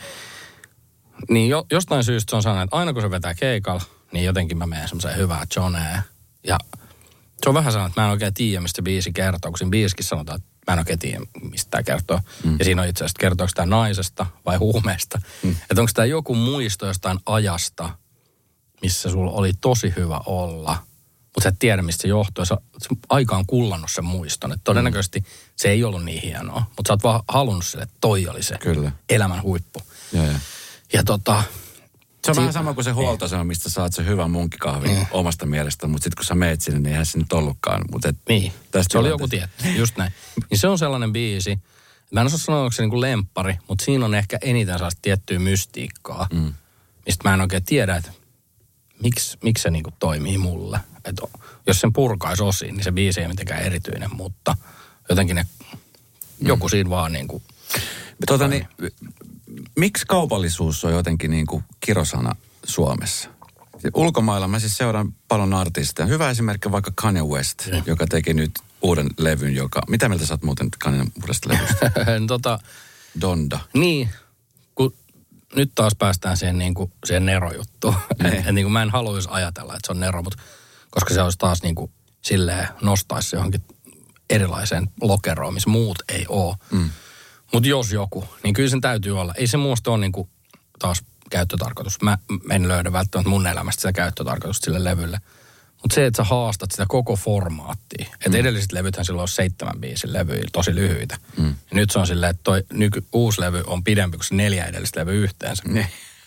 niin jo, jostain syystä se on sellainen, että aina kun se vetää keikalla, niin jotenkin mä menen semmoiseen hyvää Jonea. Ja se on vähän sellainen, että mä en oikein tiedä, mistä biisi kertoo. Kun siinä biisikin sanotaan, että mä en oikein tiedä, mistä tämä kertoo. Mm. Ja siinä on itse asiassa, kertooko tämä naisesta vai huumeesta. Mm. Että onko tämä joku muisto jostain ajasta, missä sulla oli tosi hyvä olla. Mutta sä et tiedä, mistä se johtuu. Sä, se aika on kullannut sen muiston. Että todennäköisesti se ei ollut niin hienoa. Mutta sä oot vaan halunnut sille, että toi oli se Kyllä. elämän huippu. Ja, ja. ja tota... Se on si- vähän sama kuin se huoltosema, mistä saat se hyvän munkkikahvin mm. omasta mielestä. Mutta sitten kun sä meet sinne, niin eihän se nyt ollutkaan. Mut et niin, se oli joku tietty. Just näin. Niin se on sellainen biisi. Mä en osaa sanoa, onko se niinku lemppari, mutta siinä on ehkä eniten sellaista tiettyä mystiikkaa. Mm. Mistä mä en oikein tiedä, että miksi, miksi se niinku toimii mulle. Että jos sen purkaisi osiin, niin se biisi ei mitenkään erityinen, mutta jotenkin ne, joku mm. siinä vaan niinku... Tota niin, miksi kaupallisuus on jotenkin niinku kirosana Suomessa? Ulkomailla mä siis seuraan paljon artisteja. Hyvä esimerkki vaikka Kanye West, ja. joka teki nyt uuden levyn, joka... Mitä mieltä sä oot muuten Kanyen uudesta levystä? tota, Donda. Niin, kun nyt taas päästään siihen, niinku, siihen Nero-juttuun. Et, niinku, mä en haluaisi ajatella, että se on Nero, mutta koska se olisi taas niinku, silleen nostaisi johonkin erilaiseen lokeroon, missä muut ei ole. Mm. Mutta jos joku, niin kyllä sen täytyy olla. Ei se muusta ole niinku, taas käyttötarkoitus. Mä en löydä välttämättä mun elämästä sitä käyttötarkoitusta sille levylle. Mutta se, että sä haastat sitä koko formaattia. Mm. Että edelliset levythän silloin on seitsemän biisin levyjä, tosi lyhyitä. Mm. Ja nyt se on silleen, että toi nyky, uusi levy on pidempi kuin se neljä edellistä levyä yhteensä. Mm.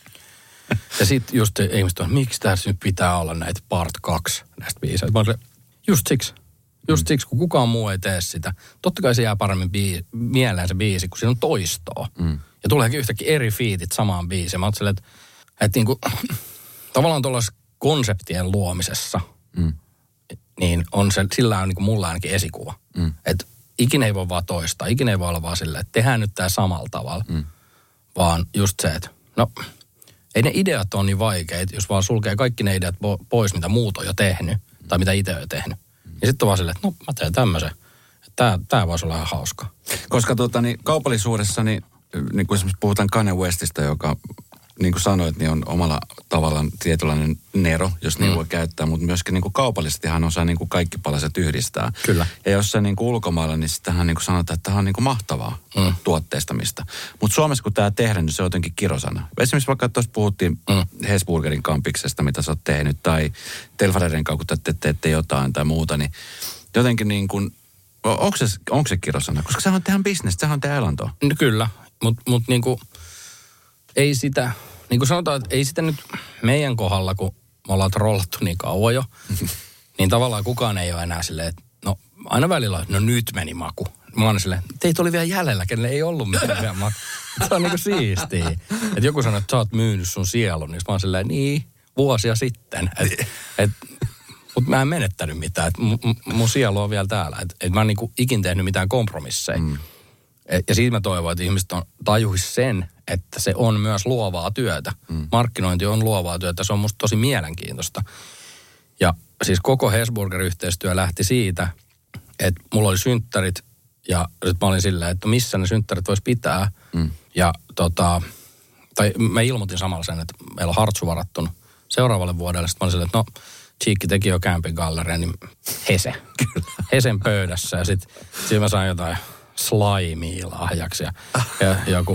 Ja sitten just se ihmiset on, miksi tässä nyt pitää olla näitä part kaksi näistä biiseistä. Mä olen just siksi. Just mm. siksi, kun kukaan muu ei tee sitä. Totta kai se jää paremmin bii- mieleen se biisi, kun siinä on toistoa. Mm. Ja tuleekin yhtäkkiä eri fiitit samaan biisiin. Mä ajattelin, että, että niinku, tavallaan tuollaisessa konseptien luomisessa, mm. niin on se, sillä on niinku mulla ainakin esikuva. Mm. Että ikinä ei voi vaan toistaa. Ikinä ei voi olla vaan silleen, että tehdään nyt tää samalla tavalla. Mm. Vaan just se, että no, ei ne ideat ole niin vaikeita, jos vaan sulkee kaikki ne ideat pois, mitä muut on jo tehnyt. Mm. Tai mitä itse on jo tehnyt. Ja sitten on vaan silleen, että no mä teen tämmöisen. Tää, tää voisi olla ihan hauska. Koska tuota, niin, kaupallisuudessa, niin, niin kuin esimerkiksi puhutaan Kanye Westistä, joka niin kuin sanoit, niin on omalla tavallaan tietynlainen nero, jos niin Mm. voi käyttää, mutta myöskin niin kuin kaupallisesti hän osaa niin kuin kaikki palaset yhdistää. Kyllä. Ja jos se niin kuin ulkomailla, niin sitähän niin kuin sanotaan, että tämä on niin kuin mahtavaa Mm. tuotteistamista. Mutta Suomessa kun tämä tehdään, niin se on jotenkin kirosana. Esimerkiksi vaikka tuossa puhuttiin mm. Hesburgerin kampiksesta, mitä sä oot tehnyt, tai Telfareiden kanssa, kun te teette jotain tai muuta, niin jotenkin niin kuin, onko se, onko se kirosana? Koska sehän on tehdään bisnes, sehän on tehdään elantoa. No kyllä, mutta mut niinku ei sitä, niin kuin sanotaan, että ei sitä nyt meidän kohdalla, kun me ollaan trollattu niin kauan jo, niin tavallaan kukaan ei ole enää silleen, että no aina välillä, no nyt meni maku. Mä oon silleen, teitä oli vielä jäljellä, kenelle ei ollut mitään vielä maku. Se on niinku siistiä. Että joku sanoo, että sä oot myynyt sun sielun, niin mä oon silleen, niin, vuosia sitten. Et, et, mutta mä en menettänyt mitään, että mun, mun sielu on vielä täällä. Että et mä en niinku ikin tehnyt mitään kompromisseja. Mm. Et, ja siitä mä toivon, että ihmiset on tajuisi sen, että se on myös luovaa työtä. Mm. Markkinointi on luovaa työtä, se on musta tosi mielenkiintoista. Ja siis koko Hesburger-yhteistyö lähti siitä, että mulla oli synttärit ja sitten mä olin silleen, että missä ne synttärit vois pitää. Mm. Ja tota, tai mä ilmoitin samalla sen, että meillä on hartsu varattu seuraavalle vuodelle. Sitten mä olin silleen, että no, Cheekki teki jo Camping Galleria, niin Hese. Hesen pöydässä ja sitten sit mä sain jotain slaimia lahjaksi ja, ja joku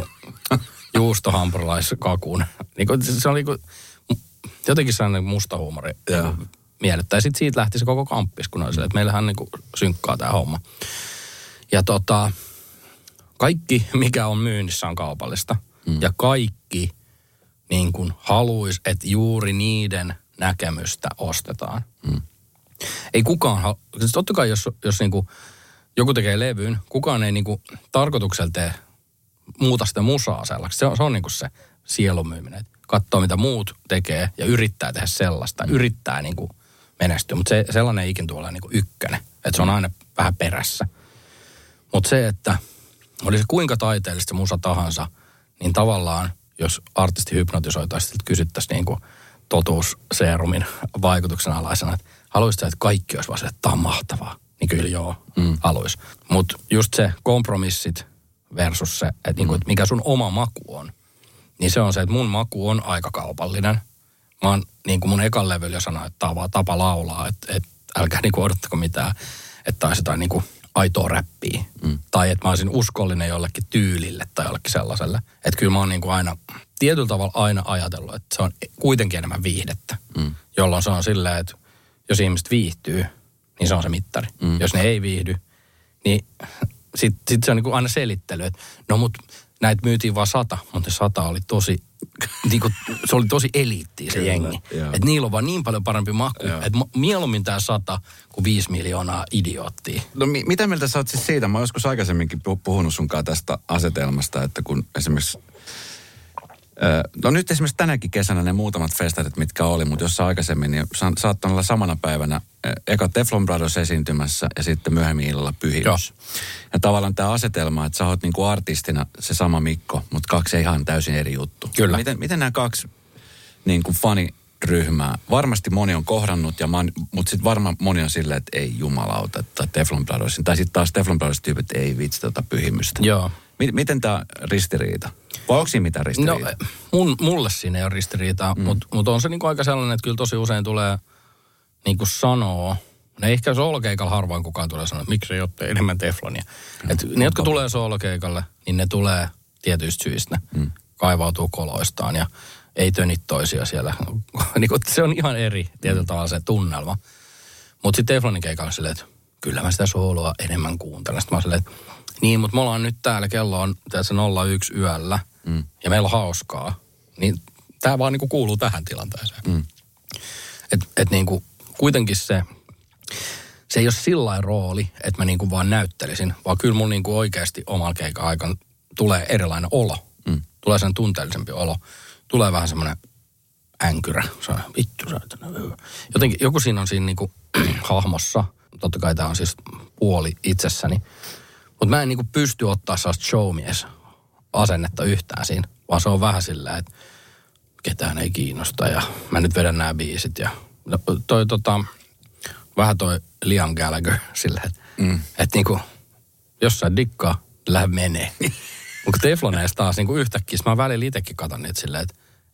juustohampurilaiskakun. Niin kuin, se oli kuin, jotenkin sellainen musta huumori niin miellyttää. Ja sitten siitä lähti se koko kamppis, kun oli sille, että meillähän niin kuin synkkaa tämä homma. Ja tota, kaikki, mikä on myynnissä, on kaupallista. Mm. Ja kaikki niin kuin haluaisi, että juuri niiden näkemystä ostetaan. Mm. Ei kukaan, halu... siis totta kai jos, jos niin kuin joku tekee levyyn, kukaan ei niin kuin tarkoituksella tee muuta sitä musaa sellaista. Se on, se on niin kuin se sielun myyminen. Katsoo, mitä muut tekee ja yrittää tehdä sellaista. Mm. Yrittää niin kuin menestyä, mutta se, sellainen ei ikin tule niin kuin ykkönen. Että se on aina vähän perässä. Mutta se, että oli se kuinka taiteellista musa tahansa, niin tavallaan, jos artisti hypnotisoitaisiin, että kysyttäisiin niin kuin totuusseerumin vaikutuksen alaisena, että haluaisitko, että kaikki olisi vaan se, että tämä on mahtavaa. Niin kyllä joo, mm. haluaisi. Mutta just se kompromissit versus se, että, niinku, että mikä sun oma maku on, niin se on se, että mun maku on aika kaupallinen. Mä oon niin kuin mun ekan levyllä jo sanoin, että tämä on vaan tapa laulaa, että, että älkää niinku odottako mitään, että taisi jotain niinku aitoa räppiä. Mm. Tai että mä olisin uskollinen jollekin tyylille tai jollekin sellaiselle. Että kyllä mä oon niinku aina, tietyllä tavalla aina ajatellut, että se on kuitenkin enemmän viihdettä. Mm. Jolloin se on silleen, että jos ihmiset viihtyy, niin se on se mittari. Mm. Jos ne ei viihdy, niin sitten sit se on niinku aina selittely, että no mut näitä myytiin vaan sata, mutta sata oli tosi, niinku, se oli tosi eliittiä se Kyllä, jengi. Että niillä on vaan niin paljon parempi maku, että mieluummin tää sata kuin viisi miljoonaa idioottia. No mi- mitä mieltä sä oot siis siitä? Mä oon joskus aikaisemminkin puhunut sunkaan tästä asetelmasta, että kun esimerkiksi no nyt esimerkiksi tänäkin kesänä ne muutamat festarit, mitkä oli, mutta jossain aikaisemmin, niin sa- saattanut olla samana päivänä eka Teflon Brothers esiintymässä ja sitten myöhemmin illalla Pyhimys. Joo. Ja tavallaan tämä asetelma, että sä oot niinku artistina se sama Mikko, mutta kaksi ihan täysin eri juttu. Kyllä. Miten, miten nämä kaksi niinku faniryhmää, varmasti moni on kohdannut, ja man, mutta sitten varmaan moni on silleen, että ei jumalauta, että Teflon Brothersin, tai sitten taas Teflon Brothers-tyypit ei vitsi tota Pyhimystä. Joo. Miten tämä ristiriita? Vai onko siinä mitään ristiriitaa? No mun, mulle siinä ei ole ristiriitaa, mm. mutta mut on se niinku aika sellainen, että kyllä tosi usein tulee niinku sanoo, ne ehkä soolokeikalla harvoin kukaan tulee sanoa, että miksi ei ole enemmän teflonia. Mm. Et ne, jotka tulee soolokeikalle, niin ne tulee tietyistä syistä, mm. kaivautuu koloistaan ja ei tönit toisia siellä. Niinku, se on ihan eri tietyllä mm. tavalla se tunnelma. Mutta sitten teflonin keikalla silleen, että kyllä mä sitä sooloa enemmän kuuntelen. Sitten mä silleen, että niin, mutta me ollaan nyt täällä, kello on tässä nolla yksi yöllä mm. ja meillä on hauskaa. Niin tää vaan niinku kuuluu tähän tilanteeseen. Mm. Että et niinku kuitenkin se, se ei ole sillain rooli, että mä niinku vaan näyttelisin, vaan kyllä mun niinku oikeasti omalla keikan aikana tulee erilainen olo. Mm. Tulee sen tunteellisempi olo. Tulee vähän semmoinen änkyrä. Se on vittu saatana. Jotenkin joku siinä on siinä niinku hahmossa. Totta kai tää on siis puoli itsessäni. Mutta mä en niinku pysty ottaa sellaista showmies-asennetta yhtään siinä, vaan se on vähän silleen, että ketään ei kiinnosta ja mä nyt vedän nämä biisit. Ja toi tota, vähän toi Liam Gallagher silleen, että mm. et niinku, jos sä dikkaa, lähde menee. Mutta Tefloneista taas niinku yhtäkkiä, mä välillä itsekin katon niitä silleen, että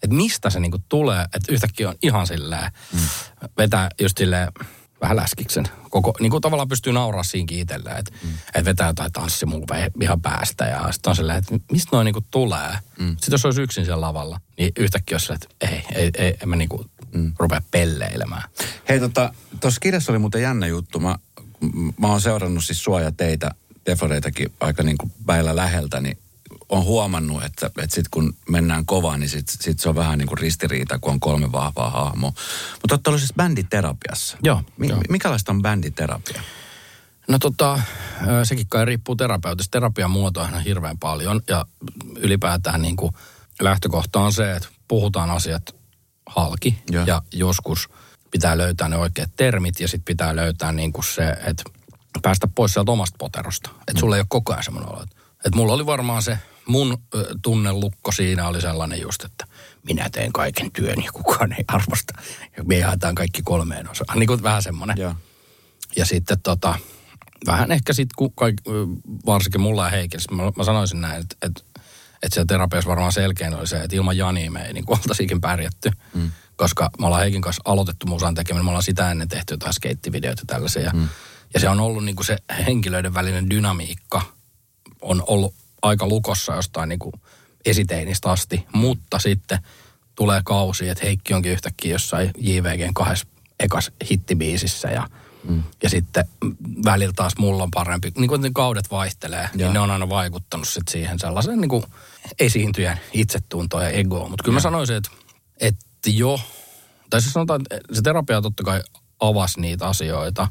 että mistä se niinku tulee, että yhtäkkiä on ihan silleen, mm. vetää just silleen vähän läskiksen. Koko, niin kuin tavallaan pystyy nauraa siinkin itselleen, että mm. et vetää jotain tanssimulvea ihan päästä ja sitten on silleen, että mistä noin niinku tulee. Mm. Sitten jos olisi yksin siellä lavalla, niin yhtäkkiä olisi silleen, että ei, ei, ei, en mä niinku mm. rupea pelleilemään. Hei tota, tuossa kirjassa oli muuten jännä juttu. Mä, mä oon seurannut siis sua ja teitä, Deforeitakin aika niinku väillä läheltä, niin on huomannut, että, että sitten kun mennään kovaa, niin sitten sit se on vähän niin kuin ristiriita, kun on kolme vahvaa hahmoa. Mutta olette ollut siis bänditerapiassa. Joo. Mi- jo. Mikälaista on bänditerapia? No tota, sekin kai riippuu terapeutista. Terapian muotoa on hirveän paljon ja ylipäätään niin kuin lähtökohta on se, että puhutaan asiat halki ja, ja joskus pitää löytää ne oikeat termit ja sitten pitää löytää niin kuin se, että päästä pois sieltä omasta poterosta. Että mm. sulla ei ole koko ajan semmoinen olo. Että mulla oli varmaan se mun ö, tunnelukko siinä oli sellainen just, että minä teen kaiken työn ja kukaan ei arvosta. Ja me jaetaan kaikki kolmeen osaan. Niin kuin vähän semmoinen. Ja, ja sitten tota, vähän ehkä sitten, kun kaik, varsinkin mulla ja Heikillä, mä, mä sanoisin näin, että, että, että siellä terapiassa varmaan selkein oli se, että ilman Jania me ei niin kuin oltaisikin pärjätty. Mm. Koska me ollaan Heikin kanssa aloitettu musan tekeminen, me ollaan sitä ennen tehty jotain skeittivideoita tällaisia. Mm. Ja se on ollut niin kuin se henkilöiden välinen dynamiikka on ollut aika lukossa jostain niin kuin esiteinistä asti, mutta sitten tulee kausi, että Heikki onkin yhtäkkiä jossain J V G:n kahdessa ekas hittibiisissä ja, mm. ja sitten välillä taas mulla on parempi. Niin kuin ne kaudet vaihtelee, ja. niin ne on aina vaikuttanut sitten siihen sellaiseen niin kuin esiintyjän itsetuntoon ja egoon. Mutta kyllä ja. mä sanoisin, että, että jo, tai siis sanotaan, että se terapia totta kai avasi niitä asioita.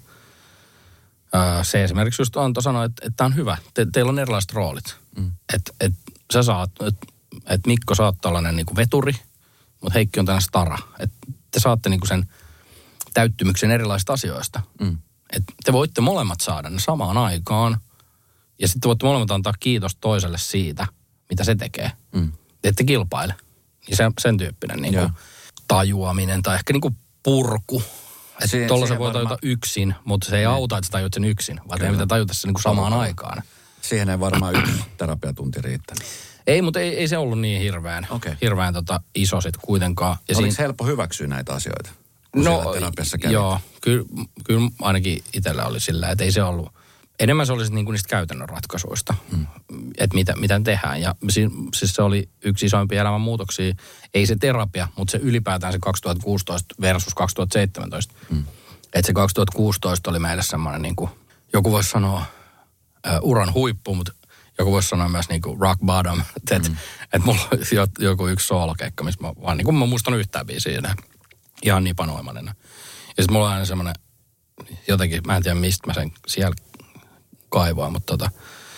Se esimerkiksi just Anto sanoi, että, että tämä on hyvä. Te, teillä on erilaiset roolit. Mm. Että et, sä saat, että et Mikko sä oot tällainen niinku veturi, mutta Heikki on tällainen stara. Että te saatte niinku sen täyttymyksen erilaisista asioista. Mm. Että te voitte molemmat saada ne samaan aikaan. Ja sitten voitte molemmat antaa kiitos toiselle siitä, mitä se tekee. Mm. Te ette kilpaile. Niin se, sen tyyppinen niinku tajuaminen tai ehkä niinku purku. Että tuolla se voi tajuta yksin, mutta se ei niin. auta, että sä tajut sen yksin, vaan teidän pitää tajuta se niinku samaan aikaan. Siihen ei varmaan yksi terapiatunti riittänyt. Ei, mutta ei, ei se ollut niin hirveän, okay. hirveän tota iso sit kuitenkaan. Ja oliko siinä helppo hyväksyä näitä asioita, kun no, siellä terapiassa kävit? Joo, kyllä, kyllä ainakin itsellä oli sillä, että ei se ollut. Enemmän se oli sit niinku niistä käytännön ratkaisuista, mm. että mitä, mitä tehdään. Ja siis se oli yksi isoimpia elämän muutoksia. Ei se terapia, mutta se ylipäätään se kaksituhattakuusitoista versus kaksituhattaseitsemäntoista. Mm. Että se kaksituhattakuusitoista oli meille semmoinen, niin kuin, joku voisi sanoa uh, uran huippu, mutta joku voisi sanoa myös niin kuin rock bottom. Että mm. et mulla on joku yksi soolokeikka, missä mä vaan niin kuin mä muistan yhtään biisiä enää. Ihan niin panoimanena. Ja sitten mulla on aina semmoinen, jotenkin, mä en tiedä mistä mä sen siellä kaivaa, mutta tota,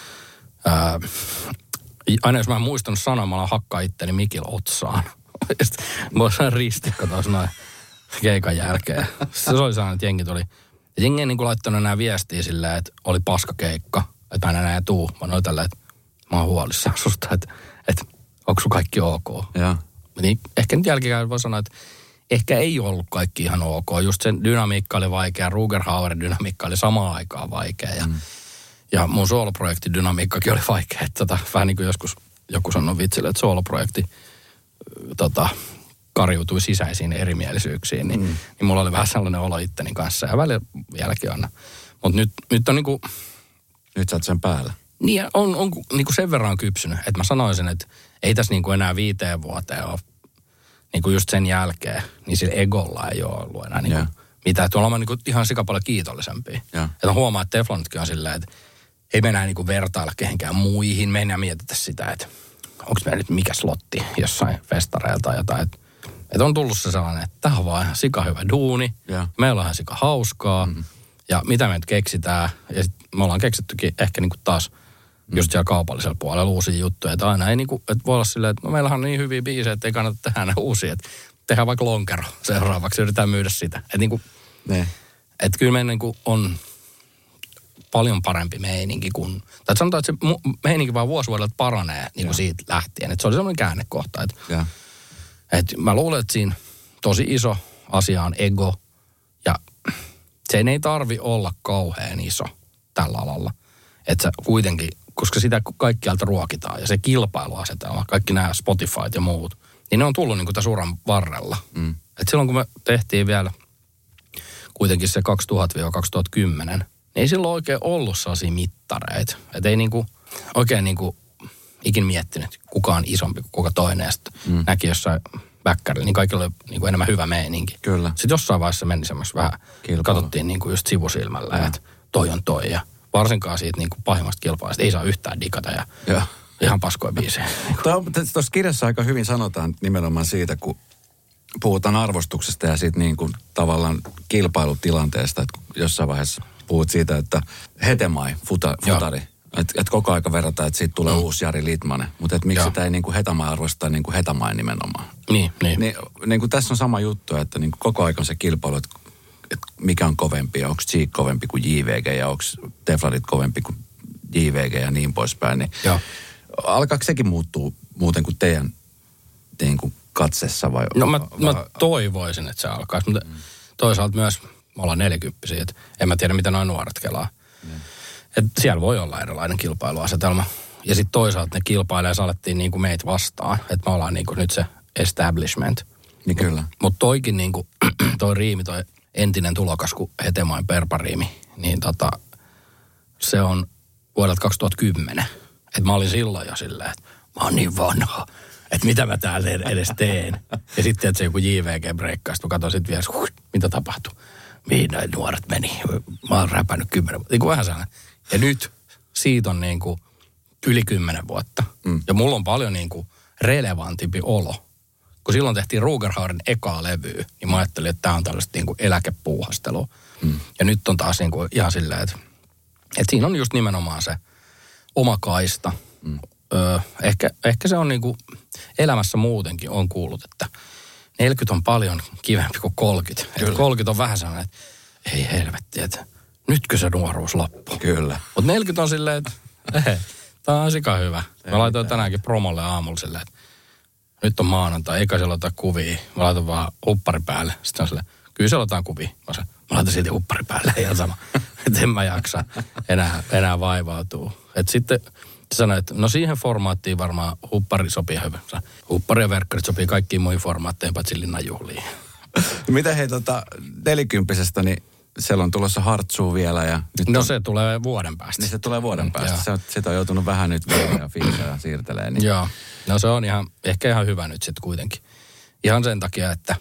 ää, aina jos mä en muistanut sanoa, mä alan hakkaa itteni mikillä otsaan. Sitten mulla on sellainen ristikko tuossa noin keikan jälkeen. Se oli sellainen, että jengi tuli. Ja jengi ei niin kuin laittanut enää viestiä silleen, että oli paska keikka, että mä en enää tuu. Mä noin tälleen, että mä oon huolissaan susta, että, että onko sun kaikki ok. Ja. Niin ehkä nyt jälkeen voi sanoa, että ehkä ei ollut kaikki ihan ok. Just sen dynamiikka oli vaikea, Ruger-Hauerin dynamiikka oli samaan aikaan vaikea. Ja, mm. ja mun sooloprojektin dynamiikkakin oli vaikea. Että tota, vähän niin kuin joskus joku sanoi vitsille, että sooloprojekti tota, kariutui sisäisiin erimielisyyksiin. Niin, mm. niin mulla oli vähän sellainen olo itteni kanssa ja välillä vieläkin on. Mutta nyt, nyt on niin kuin... Nyt sä oot sen päällä. Niin, on, on niin kuin sen verran kypsynyt, että mä sanoisin, että ei tässä niin kuin enää viiteen vuoteen ole niin kuin just sen jälkeen, niin sillä egolla ei ole ollut enää niin kuin mitään. Tuolla on niin kuin ihan sika paljon kiitollisempia. Ja. Että huomaa, että Teflonitkin on silleen, että ei me enää niin kuin vertailla kehenkään muihin. Me enää mietitä sitä, että onko meillä nyt mikä slotti jossain festareilta tai jotain. Että, että on tullut se sellainen, että tämä on vaan ihan sika hyvä duuni. Ja. Meillä on ihan sika hauskaa. Mm-hmm. Ja mitä me nyt keksitään. Ja sit me ollaan keksittykin ehkä niin kuin taas just siellä kaupallisella puolella uusia juttuja. Että aina ei niin kuin, että voi olla silleen, että no meillähän on niin hyviä biisejä, että ei kannata tehdä ne uusia. Että tehdään vaikka lonkero seuraavaksi, yritetään myydä sitä. Että niin kuin, että kyllä meidän niin kuin on paljon parempi meininki kuin, tai sanotaan, että se meininki vaan vuosi vuodelta paranee niin kuin siitä lähtien. Että se oli semmoinen käännekohta. Että, että mä luulen, että siinä tosi iso asia on ego ja sen ei tarvi olla kauhean iso tällä alalla. Että sä kuitenkin, koska sitä kaikkialta ruokitaan ja se kilpailuasetelma, kaikki nämä Spotifyt ja muut, niin ne on tullut niin kuin tässä uran varrella. Mm. Et silloin kun me tehtiin vielä kuitenkin se kaksituhatta kaksituhattakymmenen, niin ei silloin oikein ollut sellaisia mittareita. Että ei niinku oikein niinku ikin miettinyt, kuka on isompi kuin kuka toinen. Ja sitten mm. näki jossain väkkärillä, niin kaikilla oli niinku enemmän hyvä meininki. Kyllä. Sitten jossain vaiheessa meni semmoista vähän, kilpailu. Katsottiin niinku just sivusilmällä, että toi on toi. Ja varsinkaan siitä niinku pahimmasta kilpailusta ei saa yhtään digata ja, ja. ihan paskoja biisejä. Tuossa kirjassa aika hyvin sanotaan nimenomaan siitä, kun puhutaan arvostuksesta ja sitten niin kuin tavallaan kilpailutilanteesta, että jossain vaiheessa puhut siitä, että Hetemai, futa, futari, että et koko aika verrataan, että siitä tulee mm. uusi Jari Litmanen, mutta että miksi Joo. sitä ei niin kuin Hetemai arvostaa niin kuin Hetemai nimenomaan. Niin, niin. Niin, niin kuin tässä on sama juttu, että niin kuin koko aika on se kilpailu, että, että mikä on kovempi ja onko Cheek kovempi kuin J V G ja onko Teflarit kovempi kuin J V G ja niin poispäin. Niin Joo. Alkaako sekin muuttuu muuten kuin teidän niin kuin katsessa vai? No mä, mä toivoisin, että se alkaisi, mutta mm. toisaalta myös me ollaan nelikymppisiä, että en mä tiedä, mitä noin nuoret kelaa. Mm. Että siellä voi olla erilainen kilpailuasetelma. Ja sitten toisaalta ne kilpailijat alettiin niin kuin meitä vastaan, että me ollaan niin kuin nyt se establishment. Niin kyllä. Mutta mut toikin niin kuin, toi riimi, toi entinen tulokas kuin Hetemain perpariimi, niin tota, se on vuodelta kaksituhattakymmenen. Että mä olin silloin jo silleen, että mä oon niin vanha. Että mitä mä täällä edes teen. Ja sitten, että se joku J V G breikkaa, sitten mä katsoin sitten vielä, huh, mitä tapahtui. Mihin näin nuoret meni. Mä oon räpännyt kymmenen vuotta. Niin kuin vähän sellainen. Ja nyt siitä on niin kuin yli kymmenen vuotta. Mm. Ja mulla on paljon niin kuin relevantimpi olo. Kun silloin tehtiin Rugerhaarin ekaa levyä, niin mä ajattelin, että tää on tällaista niin kuin eläkepuuhastelua. Mm. Ja nyt on taas niin kuin ihan silleen, että, että siinä on just nimenomaan se oma kaista. Mm. Öö, ehkä, ehkä se on niinku elämässä muutenkin on kuullut, että neljäkymmentä on paljon kivempi kuin kolmekymmentä. Että kolmekymmentä on vähän sellainen, että ei helvetti, että nytkö se nuoruus loppuu. Kyllä. Mutta neljäkymmentä on silleen, että ehe, tää on sika hyvä. Ei mä laitoin mitään. Tänäänkin promolle aamulla silleen, että nyt on maanantai, eikä siellä ota kuvia. Mä laitan vaan huppari päälle. Sitten on silleen, kyllä siellä otetaan kuvia. Mä, sain, mä laitan silti huppari päälle, ihan sama. Että en mä jaksa enää, enää vaivautua. Että sitten sanoin, että no siihen formaattiin varmaan huppari sopii hyvin. Huppari ja verkkarit sopii kaikkiin muihin formaatteihin, paitsi linnanjuhliin. Mitä hei tota nelikymppisestä, niin siellä on tulossa Hartsuu vielä ja... Nyt no on, se tulee vuoden päästä. Niin se tulee vuoden päästä. Se on, sitä on joutunut vähän nyt vielä ja fiilisellä siirtelee. Niin. Joo. No se on ihan, ehkä ihan hyvä nyt sitten kuitenkin. Ihan sen takia, että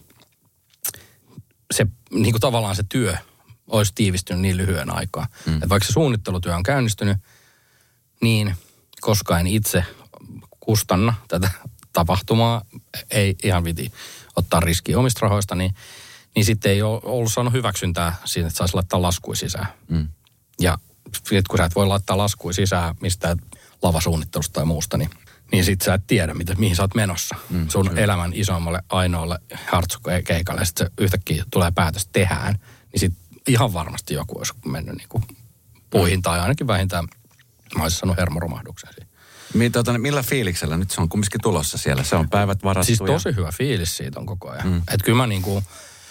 se niin kuin tavallaan se työ olisi tiivistynyt niin lyhyen aikaa. Mm. Että vaikka se suunnittelutyö on käynnistynyt, niin koska en itse kustanna tätä tapahtumaa, ei ihan viti ottaa riskiä omista rahoista, niin, niin sitten ei ole ollut saanut hyväksyntää siinä, että saisi laittaa laskuja sisään. Mm. Ja sitten kun sä et voi laittaa laskuja sisään mistään lavasuunnittelusta tai muusta, niin, niin sitten sä et tiedä, mitä, mihin sä oot menossa. Mm, sun kyllä. Elämän isommalle ainoalle hartsukeikalle, ja sitten se yhtäkkiä tulee päätös tehdään, niin sitten ihan varmasti joku olisi mennyt niin kuin puihin mm. tai ainakin vähintään, mä olisin sanonut hermoromahduksen siinä. Tota, millä fiiliksellä? Nyt se on kumminkin tulossa siellä. Se on päivät varattu. Siis tosi ja... hyvä fiilis siitä on koko ajan. Mm. Että kyllä mä niinku,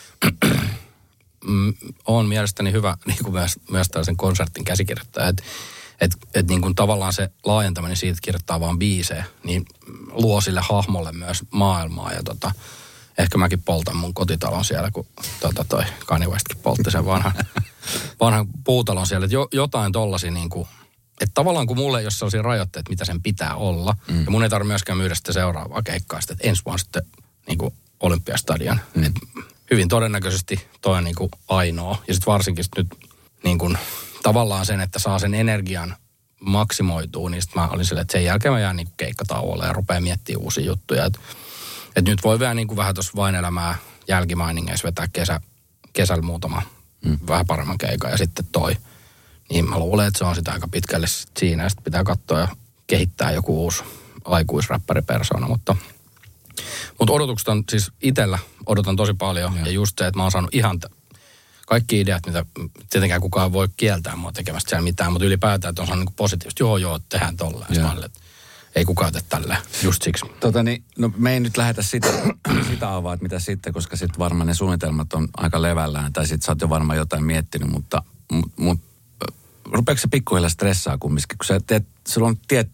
on mielestäni hyvä niinku myös, myös tällaisen konsertin käsikirjoittaja. Että et, et niinku tavallaan se laajentaminen siitä, että kirjoittaa vaan biisejä, niin luo sille hahmolle myös maailmaa. Ja tota, ehkä mäkin poltan mun kotitalon siellä, kun tota toi Kanye Westkin poltti sen vanhan, vanhan puutalon siellä. Että jo, jotain tollasia niinku... Että tavallaan kun mulle ei ole sellaisia rajoitteita, mitä sen pitää olla, mm. ja mun ei tarvitse myöskään myydä sitä seuraavaa keikkaa, sitä, että ensi vuonna sitten niin kuin Olympiastadion. Mm. Et hyvin todennäköisesti toi on niin kuin ainoa. Ja sitten varsinkin sit nyt niin kuin, tavallaan sen, että saa sen energian maksimoitua, niin sitten mä olin silleen, että sen jälkeen mä jään niin kuin keikkatauolle ja rupeaa miettimään uusia juttuja. Että et nyt voi vielä niin kuin vähän tuossa vain elämää jälkimainingeissa vetää kesä, kesällä muutama mm. vähän paremman keikan ja sitten toi. Niin mä luulen, että se on sitä aika pitkälle siinä, ja sitten pitää katsoa ja kehittää joku uusi aikuisräppäripersona, mutta, mutta odotukset on siis itsellä, odotan tosi paljon, ja, ja just se, että mä oon saanut ihan t- kaikki ideat, mitä tietenkään kukaan voi kieltää mua tekemästä siellä mitään, mutta ylipäätään, että on saanut niin positiivisesti, joo joo, tehdään tolleen, ja mä että ei kukaan tee tälleen, just siksi. Tota niin, no me ei nyt lähdetä sitä, sitä avaa, että mitä sitten, koska sitten varmaan ne suunnitelmat on aika levällään, tai sitten sä oot jo varmaan jotain miettinyt, mutta mut, mut, rupeeko se pikkuhiljaa stressaa kumminkin, kun sä teet, sulla on tietty nyt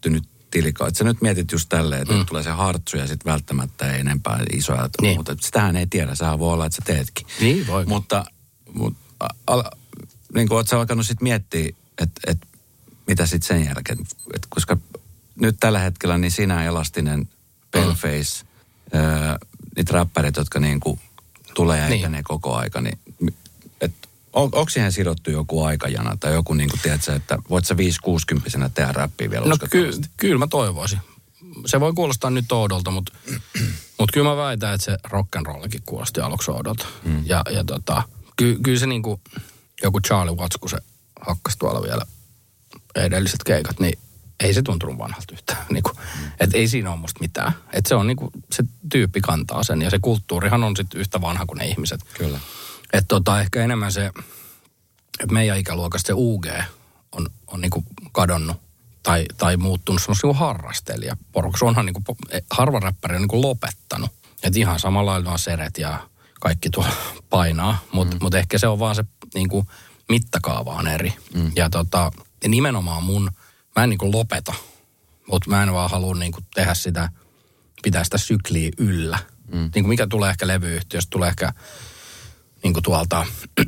tilikautta. Sä nyt mietit just tälleen, että mm. tulee se hartsu ja sitten välttämättä ei enempää isoja. Niin. Mutta sitähän ei tiedä. Sehän voi olla, että sä teetkin. Niin voi. Mutta, mutta al, niin kuin oot sä alkanut sitten miettiä, että et, mitä sitten sen jälkeen. Et koska nyt tällä hetkellä niin sinä, Elastinen, Paleface, mm. öö, niitä räppärit, jotka niin kuin tulee ja niin. etenee koko aika, niin et, on, onko siihen sidottu joku aikajana tai joku niin kuin, tiedätkö, että voit sä viisi-kuusikymppisenä tehdä räppiä vielä no uskottavasti? ky- kyllä mä toivoisin. Se voi kuulostaa nyt oudolta, mutta mut kyllä mä väitän, että se rock'n'rollikin kuulosti aluksi oudolta. Mm. Ja, ja tota, ky- kyllä se niin kuin joku Charlie Watts, kun se hakkasi tuolla vielä edelliset keikat, niin ei se tuntunut vanhalta yhtään. Niin kuin, mm. Että ei siinä ole musta mitään. Että se on niin kuin, se tyyppi kantaa sen ja se kulttuurihan on sitten yhtä vanha kuin ne ihmiset. Kyllä. Että tota, ehkä enemmän se, että meidän ikäluokasta se U G on, on niin kuin kadonnut tai, tai muuttunut semmoisen niin harrastelija porukaksi. Onhan niin kuin, harva räppäri on niin kuin lopettanut. Että ihan samalla lailla on seret ja kaikki tuolla painaa, mutta mm. mut ehkä se on vaan se niin kuin mittakaava on eri. Mm. Ja tota, nimenomaan mun, mä en niin kuin lopeta, mutta mä en vaan halua niin kuin tehdä sitä, pitää sitä sykliä yllä. Mm. Niin kuin mikä tulee ehkä levyyhtiöstä, tulee ehkä niin kuin tuolta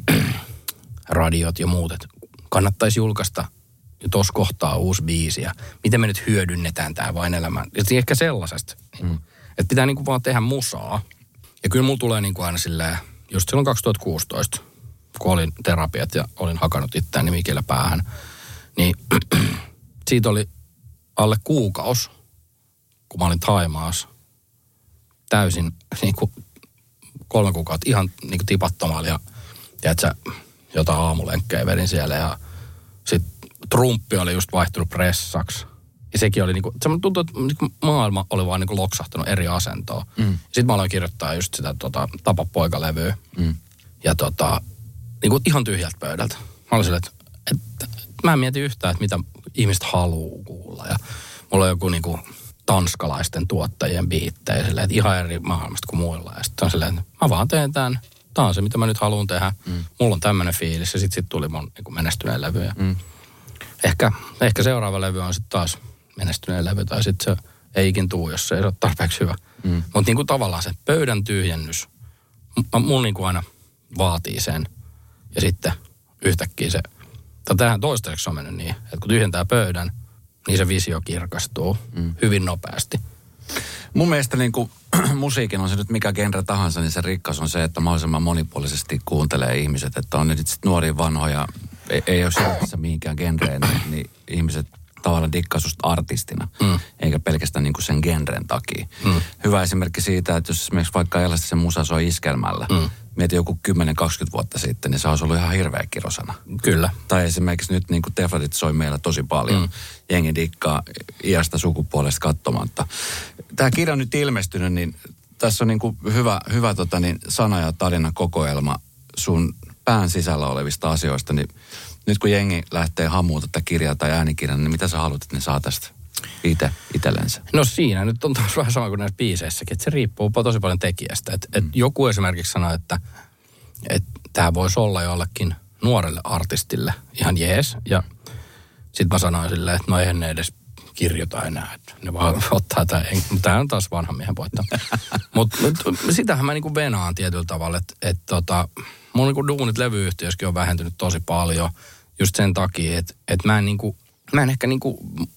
radiot ja muut, että kannattaisi julkaista tuossa kohtaa uusi biisi ja miten me nyt hyödynnetään tämä vain elämään. Ja ehkä sellaisesta, mm. että pitää niin kuin vaan tehdä musaa. Ja kyllä mulla tulee niin kuin aina silleen, just silloin kaksituhattakuusitoista, kun olin terapiat ja olin hakannut itseäni mikillä päähän, niin siitä oli alle kuukausi, kun mä olin Thaimaassa, täysin niin kuin kolme kuukautta ihan niin kuin tipattomalla ja tiedätkö, jotain aamulenkkejä vedin siellä ja sitten Trumpi oli just vaihtunut pressaksi. Ja sekin oli niinku, se tuntui, että niinku maailma oli vaan niinku loksahtanut eri asentoon. Mm. Sitten mä aloin kirjoittaa just sitä tota, Tapa poika-levyä. Mm. Ja tota, niinku ihan tyhjältä pöydältä. Mä olin silleen, että, että mä en mieti yhtään, että mitä ihmiset haluaa kuulla. Ja mulla on joku niinku tanskalaisten tuottajien biittejä silleen, että ihan eri maailmasta kuin muilla. Ja sitten on silleen, että mä vaan teen tämän. Tää on se, mitä mä nyt haluan tehdä. Mm. Mulla on tämmönen fiilis. Ja sitten sit tuli mun niinku menestyneen levy. Ja mm. ehkä, ehkä seuraava levy on sitten taas menestyneen levy, tai sitten se ei ikin tuu, jos se ei ole tarpeeksi hyvä. Mm. Mutta niin kuin tavallaan se pöydän tyhjennys, m- mulla niin kuin aina vaatii sen. Ja sitten yhtäkkiä se, tai tähän toistaiseksi on mennyt niin, että kun tyhjentää pöydän, niin se visio kirkastuu mm. hyvin nopeasti. Mun mielestä niin kuin musiikin on se nyt mikä genre tahansa, niin se rikkaus on se, että mahdollisimman monipuolisesti kuuntelee ihmiset. Että on nyt sitten nuoria vanhoja, ei, ei ole sieltä mihinkään genreen, niin, niin ihmiset tavallaan dikkaa susta artistina, mm. eikä pelkästään niin kuin sen genren takia. Mm. Hyvä esimerkki siitä, että jos esimerkiksi vaikka Elastisen musa soi iskelmällä, mm. mieti joku kymmenen kaksikymmentä vuotta sitten, niin se olisi ollut ihan hirveä kirosana. Kyllä. Tai esimerkiksi nyt niin kuin Teflonit soi meillä tosi paljon. Mm. Jengi dikkaa iästä sukupuolesta katsomatta. Tämä kirja on nyt ilmestynyt, niin tässä on niin kuin hyvä, hyvä tota niin, sana- ja tarinakokoelma sun pään sisällä olevista asioista, niin nyt kun jengi lähtee hamuun tätä kirjaa tai äänikirjan, niin mitä sä haluat, että ne saa tästä itse itsellensä? No siinä nyt on taas vähän sama kuin näissä biiseissäkin, että se riippuu tosi paljon tekijästä. Että mm. et joku esimerkiksi sanoo, että et tämä voisi olla jollekin nuorelle artistille ihan jees. Ja sitten mä sanoin silleen, että no eihän ne edes kirjoita enää, että ne vaan ottaa tämä. Tämä on taas vanhan miehen poittaa. Mutta mut, sitähän mä niinku venaan tietyllä tavalla, että et tota, mun niinku duunit levyyhtiössäkin on vähentynyt tosi paljon just sen takia, että et mä en niinku, mä en ehkä niinku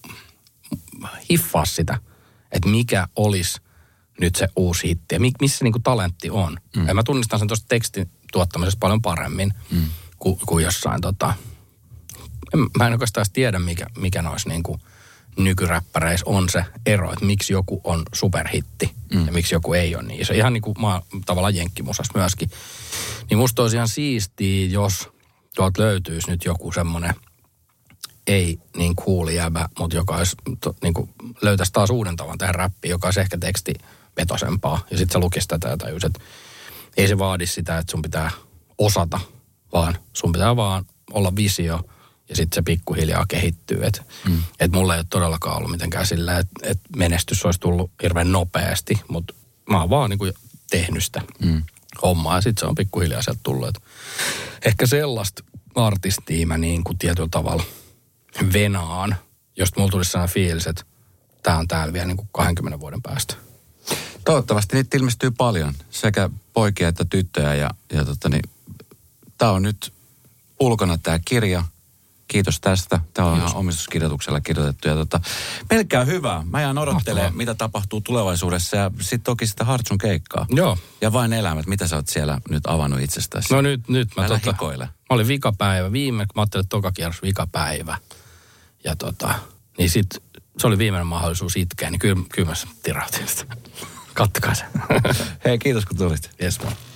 hiffaa sitä, että mikä olisi nyt se uusi hitti ja missä niinku talentti on. Mm. Ja mä tunnistan sen tuosta tekstin tuottamisesta paljon paremmin mm. kuin, kuin jossain tota, mä en oikeastaan tiedä mikä, mikä noissa niinku nykyräppäreissä on se ero, että miksi joku on superhitti mm. ja miksi joku ei ole niin. Se on ihan niin kuin maa, tavallaan jenkkimusas myöskin. Niin musta olisi ihan siistiä, jos tuolta löytyisi nyt joku semmoinen ei niin cool jäbä, mutta joka olisi, to, niin kuin, löytäisi taas uuden tavan tähän räppiin, joka olisi ehkä tekstipetosempaa. Ja sitten se lukisi tätä ja tajus, että ei se vaadi sitä, että sun pitää osata, vaan sun pitää vaan olla visio. Ja sitten se pikkuhiljaa kehittyy. Että mm. et mulla ei ole todellakaan ollut mitenkään sillä, että et menestys olisi tullut hirveän nopeasti. Mutta mä oon vaan niinku tehnyt sitä mm. hommaa ja sitten se on pikkuhiljaa sieltä tullut. Et ehkä sellaista artistia mä niinku tietyllä tavalla venaan, josta mulla tulisi sellainen fiilis, että tämä on täällä vielä niin kuin kahdenkymmenen vuoden päästä. Toivottavasti niitä ilmestyy paljon, sekä poikia että tyttöjä. Ja, ja tota niin, tämä on nyt ulkona tämä kirja. Kiitos tästä. Tämä on ihan omistuskirjoituksella kirjoitettu. Ja tota, pelkkää hyvää. Mä jään odottelemaan, mitä tapahtuu tulevaisuudessa. Ja sitten toki sitä Hartsun keikkaa. Joo. Ja vain elämät. Mitä sä oot siellä nyt avannut itsestäsi? No nyt, nyt mä, Älä tota, hikoile. mä olin vikapäivä. Viime, mä ajattelin, että toka kierros vikapäivä. Ja tota, niin sit se oli viimeinen mahdollisuus itkeä. Niin kyllä, kyllä mä tirautin sitä. Kattokaa se. Hei, kiitos kun tulit. Yes, man.